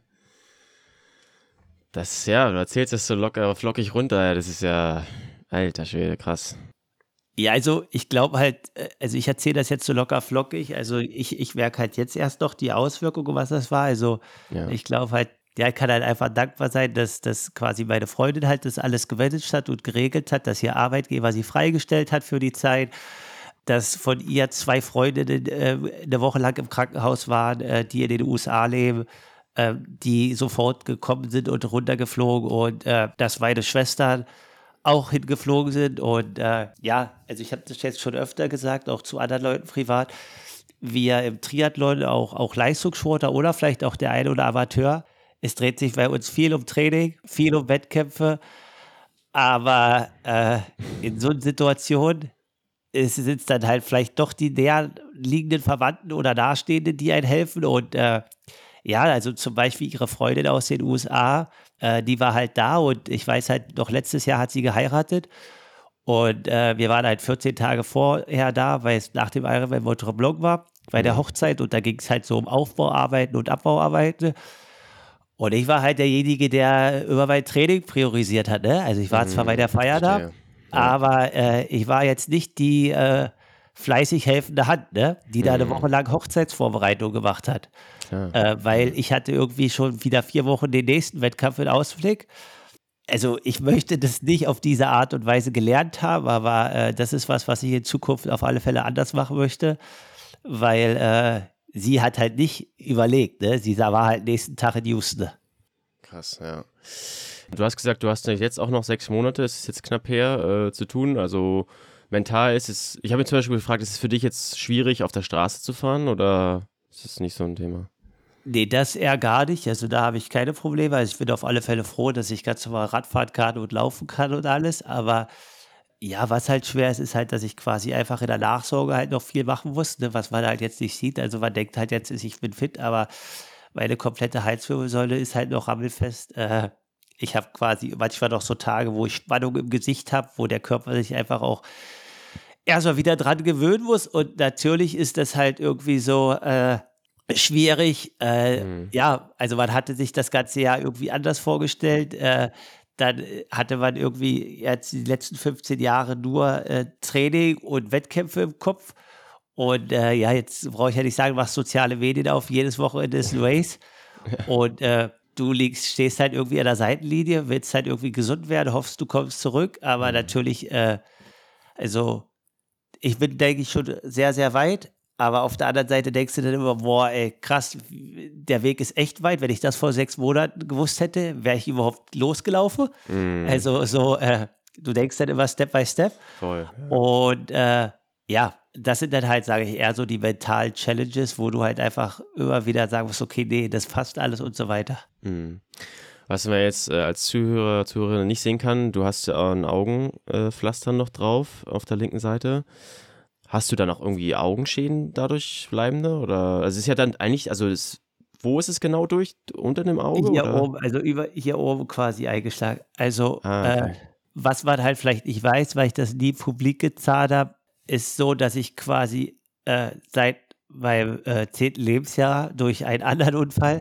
Das, ja, du erzählst das so locker, flockig runter. Das ist ja, alter Schwede, krass. Ja, also ich glaube halt, also ich erzähle das jetzt so locker flockig. Also ich merke halt jetzt erst noch die Auswirkungen, was das war. Also Ja. ich glaube halt, der kann halt einfach dankbar sein, dass quasi meine Freundin halt das alles gemanagt hat und geregelt hat, dass ihr Arbeitgeber sie freigestellt hat für die Zeit, dass von ihr 2 Freundinnen 'ne Woche lang im Krankenhaus waren, die in den USA leben, die sofort gekommen sind und runtergeflogen und, dass meine Schwestern auch hingeflogen sind und, ja, also ich habe das jetzt schon öfter gesagt, auch zu anderen Leuten privat, wir im Triathlon, auch Leistungssportler oder vielleicht auch der eine oder Amateur, es dreht sich bei uns viel um Training, viel um Wettkämpfe, aber, in so 'nen Situationen sind es dann halt vielleicht doch die näher liegenden Verwandten oder Nahestehenden, die einem helfen und, ja, also zum Beispiel ihre Freundin aus den USA, die war halt da und ich weiß halt noch letztes Jahr hat sie geheiratet und, wir waren halt 14 Tage vorher da, weil es nach dem Ironman Mont Blanc war, bei der Mhm. Hochzeit und da ging es halt so um Aufbauarbeiten und Abbauarbeiten und ich war halt derjenige, der immer mein Training priorisiert hat, ne? Also, ich war zwar bei der Feier da, Verstehe. Ja. aber, ich war jetzt nicht die, fleißig helfende Hand, ne, die da eine Mhm. Woche lang Hochzeitsvorbereitung gemacht hat. Klar. Weil Ja. ich hatte irgendwie schon wieder 4 Wochen den nächsten Wettkampf in Ausblick. Also, ich möchte das nicht auf diese Art und Weise gelernt haben, aber, das ist was, was ich in Zukunft auf alle Fälle anders machen möchte, weil, sie hat halt nicht überlegt, ne? Sie war halt nächsten Tag in Houston. Krass, ja. Du hast gesagt, du hast jetzt auch noch 6 Monate, es ist jetzt knapp her, zu tun. Also mental ist es, ich habe mich zum Beispiel gefragt, ist es für dich jetzt schwierig, auf der Straße zu fahren oder ist es nicht so ein Thema? Ne, das eher gar nicht. Also, da habe ich keine Probleme. Also, ich bin auf alle Fälle froh, dass ich ganz normal Radfahren kann und laufen kann und alles. Aber ja, was halt schwer ist, ist halt, dass ich quasi einfach in der Nachsorge halt noch viel machen muss, ne, was man halt jetzt nicht sieht. Also, man denkt halt jetzt, ich bin fit, aber meine komplette Halswirbelsäule ist halt noch rammelfest. Ich habe quasi manchmal noch so Tage, wo ich Spannung im Gesicht habe, wo der Körper sich einfach auch erst mal wieder dran gewöhnen muss. Und natürlich ist das halt irgendwie so, schwierig. Mhm. Ja, also man hatte sich das ganze Jahr irgendwie anders vorgestellt. Dann hatte man irgendwie jetzt die letzten 15 Jahre nur Training und Wettkämpfe im Kopf. Und ja, jetzt brauche ich ja nicht sagen, was soziale Medien auf, jedes Wochenende ist ein Race. Und du stehst halt irgendwie an der Seitenlinie, willst halt irgendwie gesund werden, hoffst, du kommst zurück. Aber Mhm. natürlich, also ich bin, denke ich, schon sehr, sehr weit. Aber auf der anderen Seite denkst du dann immer, boah, ey, krass, der Weg ist echt weit. Wenn ich das vor 6 Monaten gewusst hätte, wäre ich überhaupt losgelaufen. Mhm. Also so, du denkst dann immer Step by Step. Voll. Ja. Und ja, das sind dann halt, sage ich, eher so die mentalen Challenges, wo du halt einfach immer wieder sagen musst, okay, nee, das passt alles und so weiter. Mhm. Was man jetzt als Zuhörer, Zuhörerin nicht sehen kann, du hast ja ein Augenpflaster noch drauf auf der linken Seite. Hast du dann auch irgendwie Augenschäden dadurch bleibende? Oder, also es ist ja dann eigentlich, also wo ist es genau durch? Unter dem Auge Hier oder? oben, also hier oben quasi eingeschlagen. Also, Ah, okay. was man halt vielleicht nicht weiß, weil ich das nie publik gezahlt habe, ist so, dass ich quasi, seit meinem 10. Lebensjahr durch einen anderen Unfall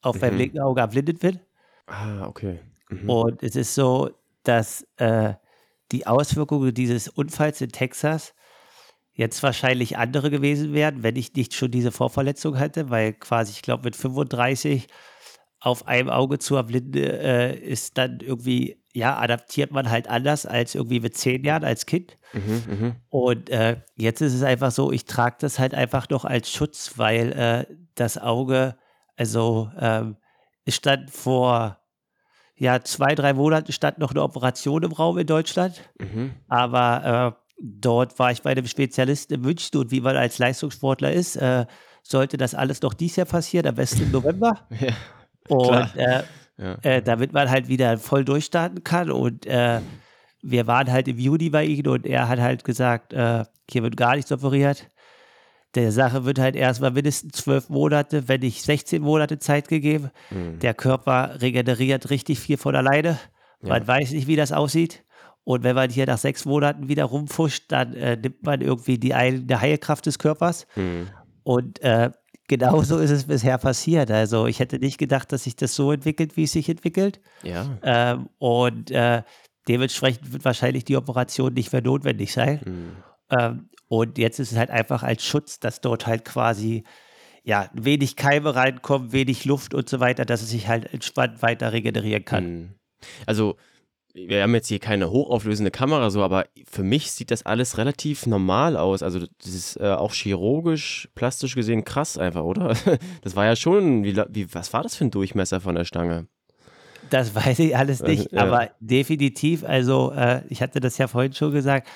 auf meinem Mhm. linken Auge erblindet bin. Ah, okay. Mhm. Und es ist so, dass die Auswirkungen dieses Unfalls in Texas jetzt wahrscheinlich andere gewesen wären, wenn ich nicht schon diese Vorverletzung hatte, weil quasi, ich glaube, mit 35 auf einem Auge zu erblinden, ist dann irgendwie, ja, adaptiert man halt anders als irgendwie mit 10 Jahren als Kind. Mhm, mhm. Und jetzt ist es einfach so, ich trage das halt einfach noch als Schutz, weil das Auge, also es stand vor, ja, 2, 3 Monaten stand noch eine Operation im Raum in Deutschland, Mhm. aber dort war ich bei einem Spezialisten in München und wie man als Leistungssportler ist, sollte das alles noch dieses Jahr passieren, am besten im November. Ja, klar. Und Ja. damit man halt wieder voll durchstarten kann. Und wir waren halt im Juni bei ihm und er hat halt gesagt, hier wird gar nichts operiert. Der Sache wird halt erstmal mindestens 12 Monate, wenn nicht 16 Monate Zeit gegeben. Mhm. Der Körper regeneriert richtig viel von alleine. Ja. Man weiß nicht, wie das aussieht. Und wenn man hier nach 6 Monaten wieder rumfuscht, dann nimmt man irgendwie die eigene Heilkraft des Körpers. Mhm. Und genauso ist es bisher passiert. Also ich hätte nicht gedacht, dass sich das so entwickelt, wie es sich entwickelt. Ja. Und dementsprechend wird wahrscheinlich die Operation nicht mehr notwendig sein. Mhm. Und jetzt ist es halt einfach als Schutz, dass dort halt quasi ja wenig Keime reinkommen, wenig Luft und so weiter, dass es sich halt entspannt weiter regenerieren kann. Mhm. Also, wir haben jetzt hier keine hochauflösende Kamera so, aber für mich sieht das alles relativ normal aus. Also, das ist auch chirurgisch, plastisch gesehen krass einfach, oder? Das war ja schon, was war das für ein Durchmesser von der Stange? Das weiß ich alles nicht, Ja. aber definitiv, also ich hatte das ja vorhin schon gesagt,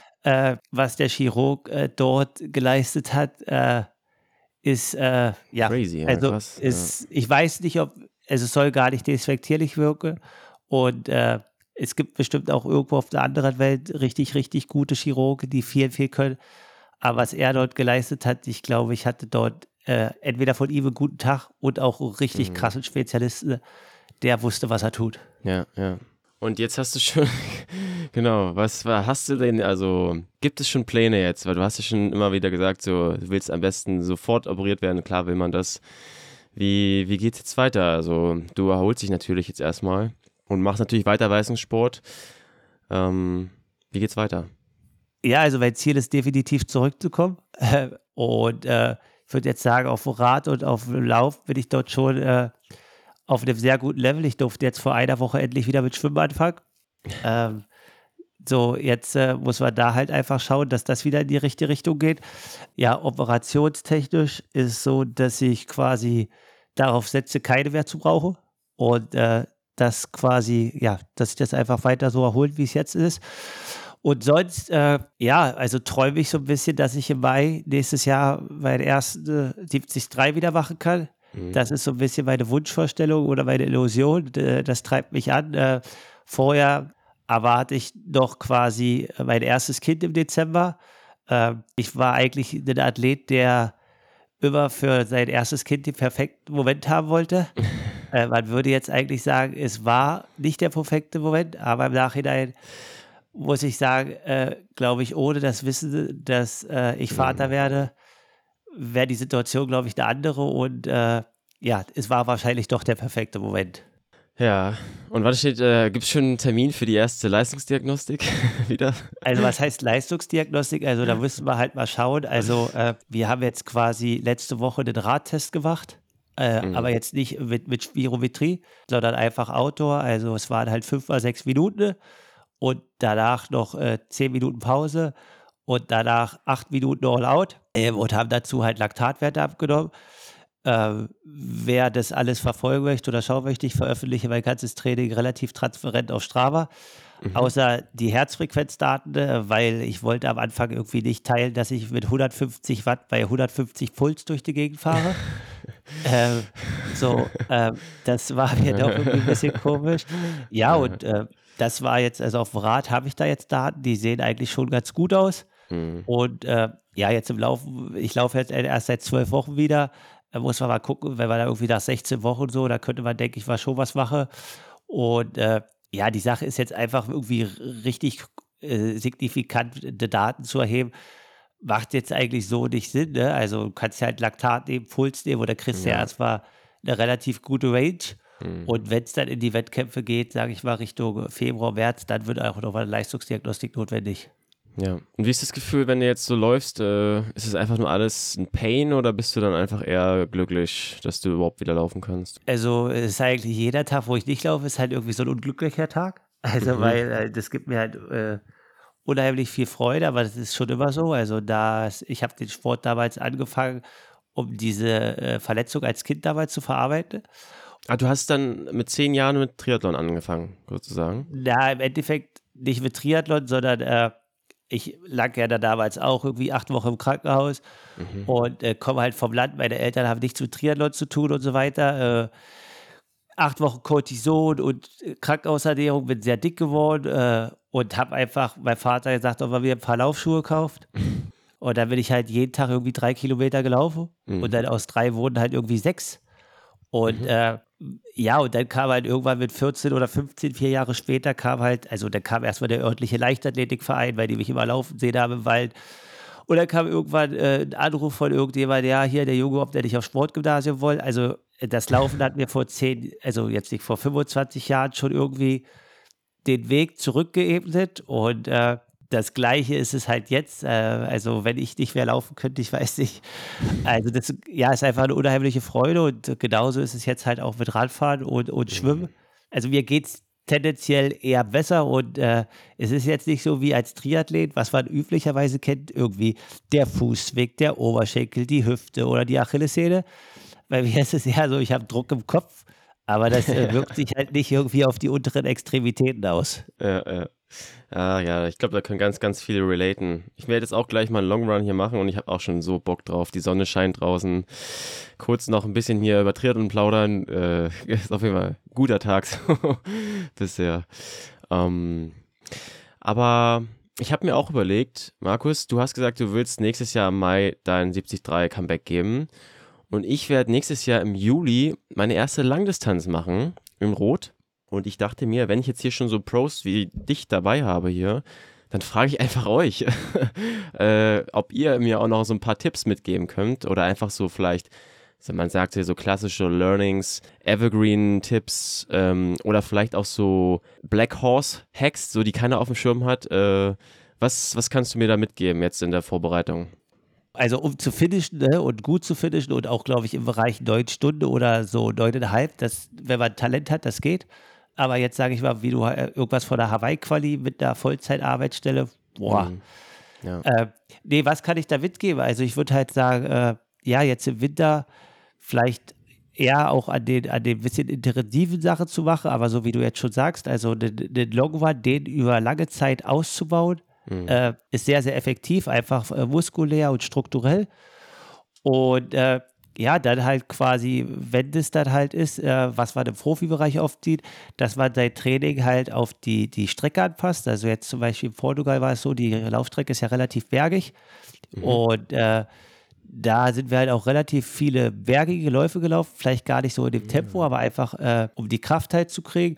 was der Chirurg dort geleistet hat, ist, ja, Crazy, ja, also krass. Ja. ich weiß nicht, ob, also es soll gar nicht despektierlich wirken und es gibt bestimmt auch irgendwo auf der anderen Welt richtig, richtig gute Chirurgen, die viel, viel können. Aber was er dort geleistet hat, ich glaube, ich hatte dort entweder von ihm einen guten Tag und auch einen richtig Mhm. krassen Spezialisten, der wusste, was er tut. Ja, ja. Und jetzt hast du schon, genau, hast du denn, also gibt es schon Pläne jetzt? Weil du hast ja schon immer wieder gesagt, so, du willst am besten sofort operiert werden, klar will man das. Wie geht's jetzt weiter? Also du erholst dich natürlich jetzt erstmal und machst natürlich weiter Leistungssport. Wie geht's weiter? Ja, also mein Ziel ist definitiv zurückzukommen. Und ich würde jetzt sagen, auf dem Rad und auf dem Lauf bin ich dort schon auf einem sehr guten Level. Ich durfte jetzt vor einer Woche endlich wieder mit Schwimmen anfangen. Ähm, so, jetzt muss man da halt einfach schauen, dass das wieder in die richtige Richtung geht. Ja, operationstechnisch ist es so, dass ich quasi darauf setze, keine mehr zu brauchen. Und das quasi, ja, dass sich das einfach weiter so erholt, wie es jetzt ist. Und sonst, ja, also träume ich so ein bisschen, dass ich im Mai nächstes Jahr meine erste 73 wieder machen kann. Mhm. Das ist so ein bisschen meine Wunschvorstellung oder meine Illusion. Das treibt mich an. Vorher erwarte ich noch quasi mein erstes Kind im Dezember. Ich war eigentlich ein Athlet, der immer für sein erstes Kind den perfekten Moment haben wollte. Man würde jetzt eigentlich sagen, es war nicht der perfekte Moment, aber im Nachhinein muss ich sagen, glaube ich, ohne das Wissen, dass ich Vater werde, wäre die Situation, glaube ich, eine andere und ja, es war wahrscheinlich doch der perfekte Moment. Ja, und was steht, gibt es schon einen Termin für die erste Leistungsdiagnostik wieder? Also was heißt Leistungsdiagnostik? Also da müssen wir halt mal schauen. Also wir haben jetzt quasi letzte Woche den Radtest gemacht, aber Mhm. jetzt nicht mit Spirometrie, sondern einfach Outdoor. Also es waren halt 5 mal 6 Minuten und danach noch 10 Minuten Pause und danach 8 Minuten All-Out und haben dazu halt Laktatwerte abgenommen. Wer das alles verfolgen möchte oder schauen möchte, ich veröffentliche mein ganzes Training relativ transparent auf Strava. Mhm. Außer die Herzfrequenzdaten, weil ich wollte am Anfang irgendwie nicht teilen, dass ich mit 150 Watt bei 150 Puls durch die Gegend fahre. Ähm, das war mir doch irgendwie ein bisschen komisch. Ja, und das war jetzt, also auf dem Rad habe ich da jetzt Daten, die sehen eigentlich schon ganz gut aus. Mhm. Und ja, jetzt im Laufen, ich laufe jetzt erst seit 12 Wochen wieder. Da muss man mal gucken, wenn man da irgendwie nach 16 Wochen so, da könnte man, denke ich, mal schon was machen. Und ja, die Sache ist jetzt einfach irgendwie richtig signifikante Daten zu erheben. Macht jetzt eigentlich so nicht Sinn, ne? Also du kannst ja halt Laktat nehmen, Puls nehmen oder kriegst ja Ja. erstmal eine relativ gute Range. Mhm. Und wenn es dann in die Wettkämpfe geht, sage ich mal Richtung Februar, März, dann wird auch noch mal eine Leistungsdiagnostik notwendig. Ja. Und wie ist das Gefühl, wenn du jetzt so läufst? Ist es einfach nur alles ein Pain oder bist du dann einfach eher glücklich, dass du überhaupt wieder laufen kannst? Also es ist eigentlich jeder Tag, wo ich nicht laufe, ist halt irgendwie so ein unglücklicher Tag. Also weil das gibt mir halt unheimlich viel Freude, aber das ist schon immer so. Also ich habe den Sport damals angefangen, um diese Verletzung als Kind damals zu verarbeiten. Ah, du hast dann mit 10 Jahren mit Triathlon angefangen, sozusagen? Na, im Endeffekt nicht mit Triathlon, sondern ich lag ja da damals auch irgendwie 8 Wochen im Krankenhaus und komme halt vom Land. Meine Eltern haben nichts mit Triathlon zu tun und so weiter. 8 Wochen Cortison und Krankenhausernährung, bin sehr dick geworden und habe einfach mein Vater gesagt, ob er mir ein paar Laufschuhe kauft. Und dann bin ich halt jeden Tag irgendwie 3 Kilometer gelaufen und dann aus 3 wurden halt irgendwie 6. Und ja, und dann kam halt irgendwann mit 14 oder 15, 4 Jahre später dann kam erstmal der örtliche Leichtathletikverein, weil die mich immer laufen sehen haben im Wald. Und dann kam irgendwann ein Anruf von irgendjemand, ja, hier der Junge, ob der nicht aufs Sportgymnasium wollte. Also das Laufen hat mir also jetzt nicht vor 25 Jahren schon irgendwie den Weg zurückgeebnet und das Gleiche ist es halt jetzt. Also wenn ich nicht mehr laufen könnte, ich weiß nicht. Also das ja, ist einfach eine unheimliche Freude und genauso ist es jetzt halt auch mit Radfahren und Schwimmen. Also mir geht es tendenziell eher besser und es ist jetzt nicht so wie als Triathlet, was man üblicherweise kennt, irgendwie der Fußweg, der Oberschenkel, die Hüfte oder die Achillessehne. Bei mir ist es eher so, ich habe Druck im Kopf, aber das wirkt sich halt nicht irgendwie auf die unteren Extremitäten aus. Ja, ich glaube, da können ganz, ganz viele relaten. Ich werde jetzt auch gleich mal einen Long Run hier machen und ich habe auch schon so Bock drauf. Die Sonne scheint draußen. Kurz noch ein bisschen hier über Triathlon plaudern. Ist auf jeden Fall ein guter Tag so bisher. Aber ich habe mir auch überlegt, Markus, du hast gesagt, du willst nächstes Jahr im Mai dein 73 Comeback geben. Und ich werde nächstes Jahr im Juli meine erste Langdistanz machen in Rot. Und ich dachte mir, wenn ich jetzt hier schon so Pros wie dich dabei habe hier, dann frage ich einfach euch, ob ihr mir auch noch so ein paar Tipps mitgeben könnt oder einfach so vielleicht, man sagt ja so klassische Learnings, Evergreen-Tipps oder vielleicht auch so Black Horse-Hacks, so die keiner auf dem Schirm hat. Was kannst du mir da mitgeben jetzt in der Vorbereitung? Also um zu finishen, ne, und gut zu finishen und auch, glaube ich, im Bereich 9 Stunden oder so 9,5, wenn man Talent hat, das geht. Aber jetzt sage ich mal, wie du irgendwas von der Hawaii-Quali mit einer Vollzeitarbeitsstelle, boah. Ja. Nee, was kann ich da mitgeben? Also ich würde halt sagen, ja, jetzt im Winter vielleicht eher auch an den bisschen intensiven Sachen zu machen, aber so wie du jetzt schon sagst, also den Long Run, den über lange Zeit auszubauen, ist sehr, sehr effektiv, einfach muskulär und strukturell. Und ja, dann halt quasi, wenn das dann halt ist, was man im Profibereich oft sieht, dass man sein Training halt auf die Strecke anpasst. Also jetzt zum Beispiel in Portugal war es so, die Laufstrecke ist ja relativ bergig und da sind wir halt auch relativ viele bergige Läufe gelaufen, vielleicht gar nicht so in dem Tempo, aber einfach, um die Kraft halt zu kriegen.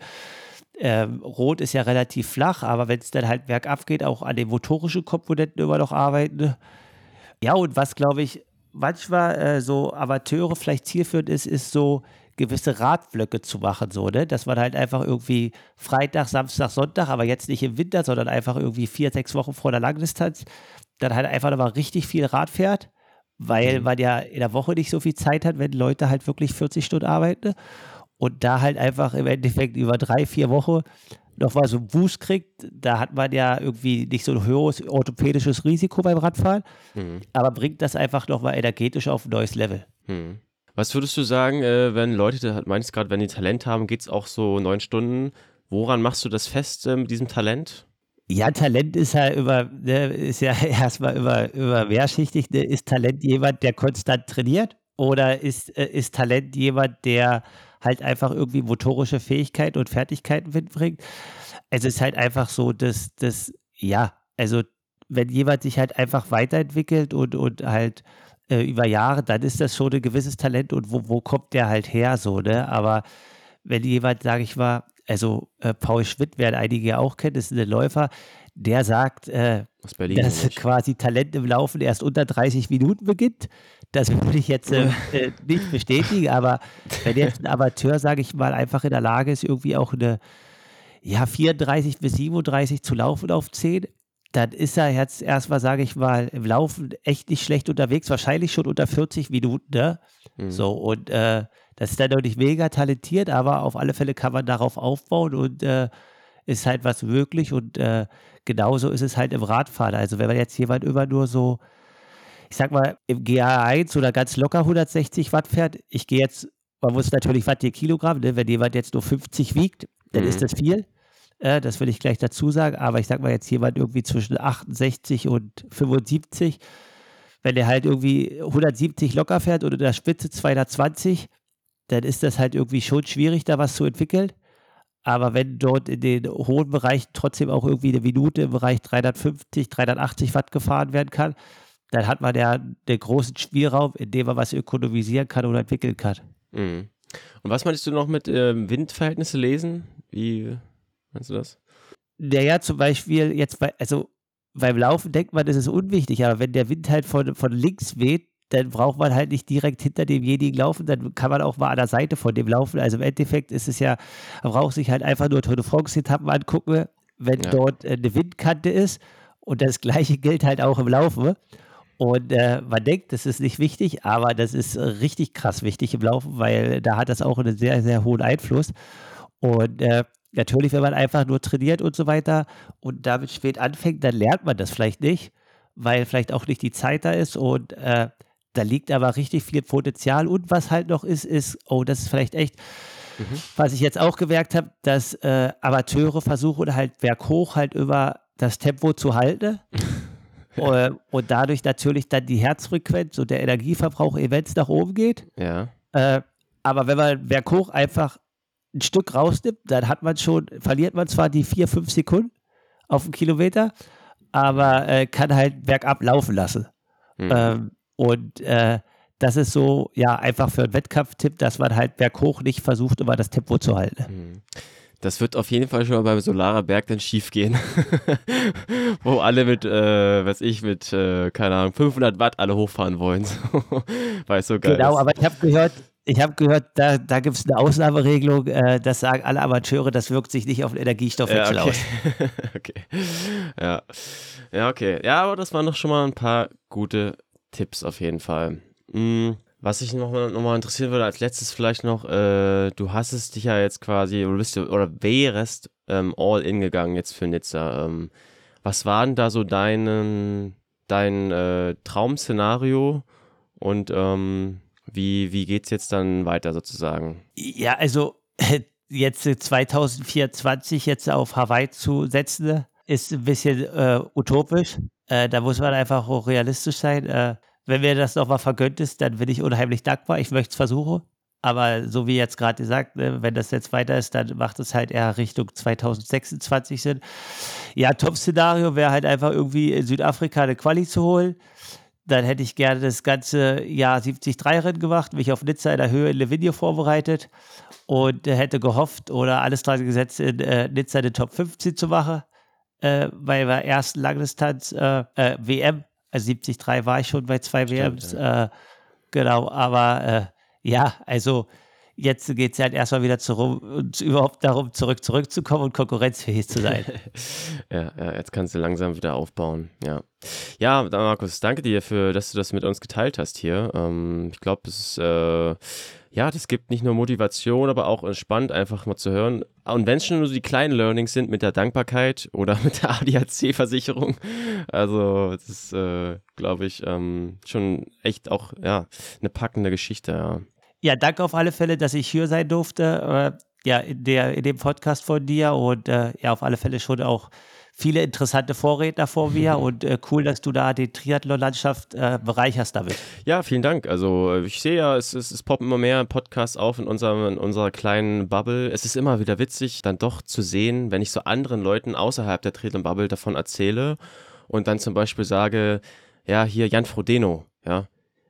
Rot ist ja relativ flach, aber wenn es dann halt bergab geht, auch an den motorischen Komponenten immer noch arbeiten. Ja, und was, glaube ich, manchmal so Amateure vielleicht zielführend ist so gewisse Radblöcke zu machen, so, ne? Dass man halt einfach irgendwie Freitag, Samstag, Sonntag, aber jetzt nicht im Winter, sondern einfach irgendwie 4, 6 Wochen vor der Langdistanz, dann halt einfach nochmal richtig viel Rad fährt, weil man ja in der Woche nicht so viel Zeit hat, wenn Leute halt wirklich 40 Stunden arbeiten und da halt einfach im Endeffekt über 3, 4 Wochen nochmal so einen Boost kriegt. Da hat man ja irgendwie nicht so ein höheres orthopädisches Risiko beim Radfahren, aber bringt das einfach nochmal energetisch auf ein neues Level. Was würdest du sagen, wenn Leute, meinst gerade, wenn die Talent haben, geht es auch so 9 Stunden? Woran machst du das fest mit diesem Talent? Ja, Talent ist ja ist ja erstmal über mehrschichtig. Ne? Ist Talent jemand, der konstant trainiert? Oder ist Talent jemand, der halt einfach irgendwie motorische Fähigkeiten und Fertigkeiten mitbringt? Es ist halt einfach so, ja, also wenn jemand sich halt einfach weiterentwickelt und halt über Jahre, dann ist das schon ein gewisses Talent und wo kommt der halt her so, ne? Aber wenn jemand, sage ich mal, also Paul Schmidt, werden einige ja auch kennen, ist ein Läufer, der sagt, Aus Berlin, dass nicht? quasi Talent im Laufen erst unter 30 Minuten beginnt. Das würde ich jetzt nicht bestätigen, aber wenn jetzt ein Amateur, sage ich mal, einfach in der Lage ist, irgendwie auch eine 34 bis 37 zu laufen auf 10, dann ist er jetzt erstmal, sage ich mal, im Laufen echt nicht schlecht unterwegs, wahrscheinlich schon unter 40 Minuten, ne? So, und das ist dann noch nicht mega talentiert, aber auf alle Fälle kann man darauf aufbauen und ist halt was möglich und genauso ist es halt im Radfahren. Also wenn man jetzt jemand immer nur so, ich sag mal, im GA1 oder ganz locker 160 Watt fährt, ich gehe jetzt, man muss natürlich Watt je Kilogramm, ne? Wenn jemand jetzt nur 50 wiegt, dann ist das viel. Das will ich gleich dazu sagen, aber ich sag mal jetzt jemand irgendwie zwischen 68 und 75, wenn der halt irgendwie 170 locker fährt und in der Spitze 220, dann ist das halt irgendwie schon schwierig, da was zu entwickeln. Aber wenn dort in den hohen Bereichen trotzdem auch irgendwie eine Minute im Bereich 350, 380 Watt gefahren werden kann, dann hat man ja den großen Spielraum, in dem man was ökonomisieren kann oder entwickeln kann. Mhm. Und was meinst du noch mit Windverhältnisse lesen? Wie meinst du das? Naja, zum Beispiel jetzt beim Laufen denkt man, das ist unwichtig, aber wenn der Wind halt von links weht, dann braucht man halt nicht direkt hinter demjenigen laufen, dann kann man auch mal an der Seite von dem laufen. Also im Endeffekt ist es ja, man braucht sich halt einfach nur Tour de France-Etappen angucken, wenn Ja. dort eine Windkante ist und das Gleiche gilt halt auch im Laufen. Und man denkt, das ist nicht wichtig, aber das ist richtig krass wichtig im Laufen, weil da hat das auch einen sehr, sehr hohen Einfluss. Und natürlich, wenn man einfach nur trainiert und so weiter und damit spät anfängt, dann lernt man das vielleicht nicht, weil vielleicht auch nicht die Zeit da ist und da liegt aber richtig viel Potenzial. Und was halt noch ist, oh, das ist vielleicht echt, was ich jetzt auch gemerkt habe, dass Amateure versuchen halt berghoch halt über das Tempo zu halten. Und dadurch natürlich dann die Herzfrequenz und der Energieverbrauch immens nach oben geht. Ja. Aber wenn man berghoch einfach ein Stück rausnimmt, dann verliert man zwar die 4, 5 Sekunden auf einen Kilometer, aber kann halt bergab laufen lassen. Und das ist so, ja, einfach für einen Wettkampftipp, dass man halt berghoch nicht versucht, immer das Tempo zu halten. Das wird auf jeden Fall schon mal beim Solarer Berg dann schief gehen. Wo alle mit, keine Ahnung, 500 Watt alle hochfahren wollen. Weil es so geil Genau, ist. aber ich habe gehört, da gibt es eine Ausnahmeregelung, das sagen alle Amateure, das wirkt sich nicht auf den Energiestoffwechsel aus. Okay. Ja. Ja, okay. Ja, aber das waren doch schon mal ein paar gute Tipps auf jeden Fall. Was ich noch mal interessieren würde, als letztes vielleicht noch, du hast es dich ja jetzt quasi, oder wärst all in gegangen jetzt für Nizza. Was war denn da so dein Traum-Szenario und wie geht's jetzt dann weiter sozusagen? Ja, also jetzt 2024 jetzt auf Hawaii zu setzen, ist ein bisschen utopisch. Da muss man einfach auch realistisch sein. Wenn mir das nochmal vergönnt ist, dann bin ich unheimlich dankbar. Ich möchte es versuchen. Aber so wie jetzt gerade gesagt, ne, wenn das jetzt weiter ist, dann macht es halt eher Richtung 2026 Sinn. Ja, Top-Szenario wäre halt einfach irgendwie in Südafrika eine Quali zu holen. Dann hätte ich gerne das ganze Jahr 73-Rennen gemacht, mich auf Nizza in der Höhe in Livigno vorbereitet und hätte gehofft oder alles dran gesetzt, in Nizza den Top 15 zu machen. Bei der ersten Langdistanz WM, also 73 war ich schon bei 2 WMs. Ja. Genau, aber ja, also jetzt geht es halt erstmal wieder überhaupt darum, zurückzukommen und konkurrenzfähig zu sein. Ja, jetzt kannst du langsam wieder aufbauen. Ja, Markus, danke dir dass du das mit uns geteilt hast hier. Ich glaube, das gibt nicht nur Motivation, aber auch spannend, einfach mal zu hören. Und wenn es schon nur die kleinen Learnings sind mit der Dankbarkeit oder mit der ADAC-Versicherung, also das ist, glaube ich, schon echt auch eine packende Geschichte. Ja. Ja, danke auf alle Fälle, dass ich hier sein durfte, in dem Podcast von dir und auf alle Fälle schon auch viele interessante Vorredner vor mir und cool, dass du da die Triathlon-Landschaft bereicherst damit. Ja, vielen Dank. Also ich sehe ja, es poppen immer mehr Podcasts auf in unserer kleinen Bubble. Es ist immer wieder witzig, dann doch zu sehen, wenn ich so anderen Leuten außerhalb der Triathlon-Bubble davon erzähle und dann zum Beispiel sage, ja, hier Jan Frodeno, ja.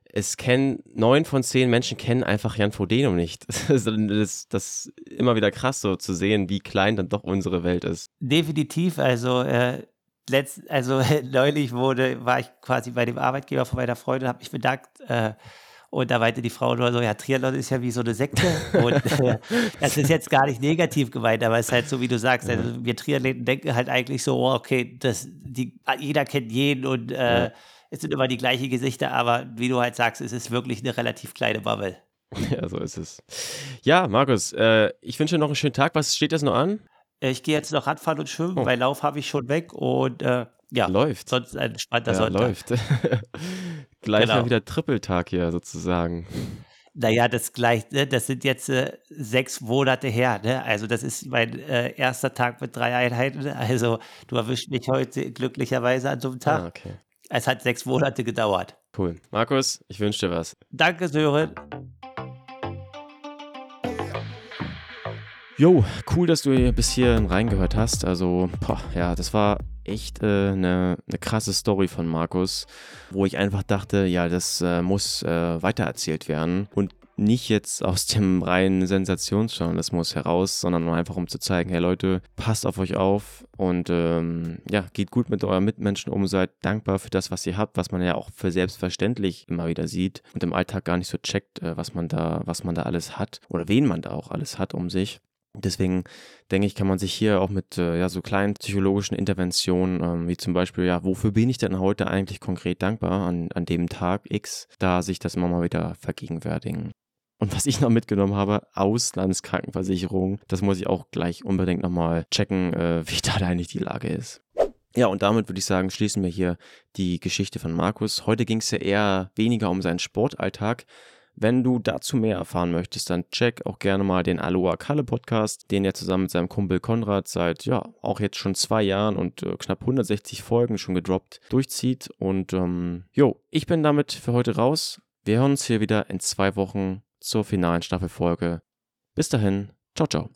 9 von 10 Menschen kennen einfach Jan Frodeno nicht. Das ist immer wieder krass so zu sehen, wie klein dann doch unsere Welt ist. Definitiv, also also neulich war ich quasi bei dem Arbeitgeber von meiner Freundin, habe mich bedankt, und da meinte die Frau nur so: „Ja, Triathlon ist ja wie so eine Sekte." Und, das ist jetzt gar nicht negativ gemeint, aber es ist halt so, wie du sagst, Ja, also wir Triathleten denken halt eigentlich so: „Oh, okay, jeder kennt jeden und, ja. es sind immer die gleichen Gesichter", aber wie du halt sagst, es ist wirklich eine relativ kleine Bubble. Ja, so ist es. Ja, Markus, ich wünsche dir noch einen schönen Tag. Was steht jetzt noch an? Ich gehe jetzt noch Radfahren und schwimmen, Oh, weil Lauf habe ich schon weg und, ja, läuft. sonst ein entspannter Ja, Sonntag. läuft. Gleich mal Genau. wieder Trippeltag hier sozusagen. Na ja, das sind jetzt, 6 Monate her, ne? Also, das ist mein, 1. Tag mit 3 Einheiten. Also, du erwischt mich heute glücklicherweise an so 'nem Ah, Tag. okay. Es hat 6 Monate gedauert. Cool. Markus, ich wünsche dir was. Danke, Sören. Jo, cool, dass du hier bis hierhin reingehört hast. Also, ja, das war echt eine krasse Story von Markus, wo ich einfach dachte, ja, das muss weitererzählt werden und nicht jetzt aus dem reinen Sensationsjournalismus heraus, sondern nur einfach um zu zeigen, hey Leute, passt auf euch auf und ja, geht gut mit euren Mitmenschen um, seid dankbar für das, was ihr habt, was man ja auch für selbstverständlich immer wieder sieht und im Alltag gar nicht so checkt, was man da alles hat oder wen man da auch alles hat um sich. Deswegen denke ich, kann man sich hier auch mit ja, so kleinen psychologischen Interventionen, wie zum Beispiel, ja, wofür bin ich denn heute eigentlich konkret dankbar an dem Tag X, da sich das immer mal wieder vergegenwärtigen. Und was ich noch mitgenommen habe, Auslandskrankenversicherung, das muss ich auch gleich unbedingt nochmal checken, wie da eigentlich die Lage ist. Ja, und damit würde ich sagen, schließen wir hier die Geschichte von Markus. Heute ging es ja eher weniger um seinen Sportalltag. Wenn du dazu mehr erfahren möchtest, dann check auch gerne mal den Aloha Kalle Podcast, den er zusammen mit seinem Kumpel Konrad seit, ja, auch jetzt schon 2 Jahren und knapp 160 Folgen schon gedroppt durchzieht. Und jo, ich bin damit für heute raus. Wir hören uns hier wieder in 2 Wochen zur finalen Staffelfolge. Bis dahin, ciao, ciao.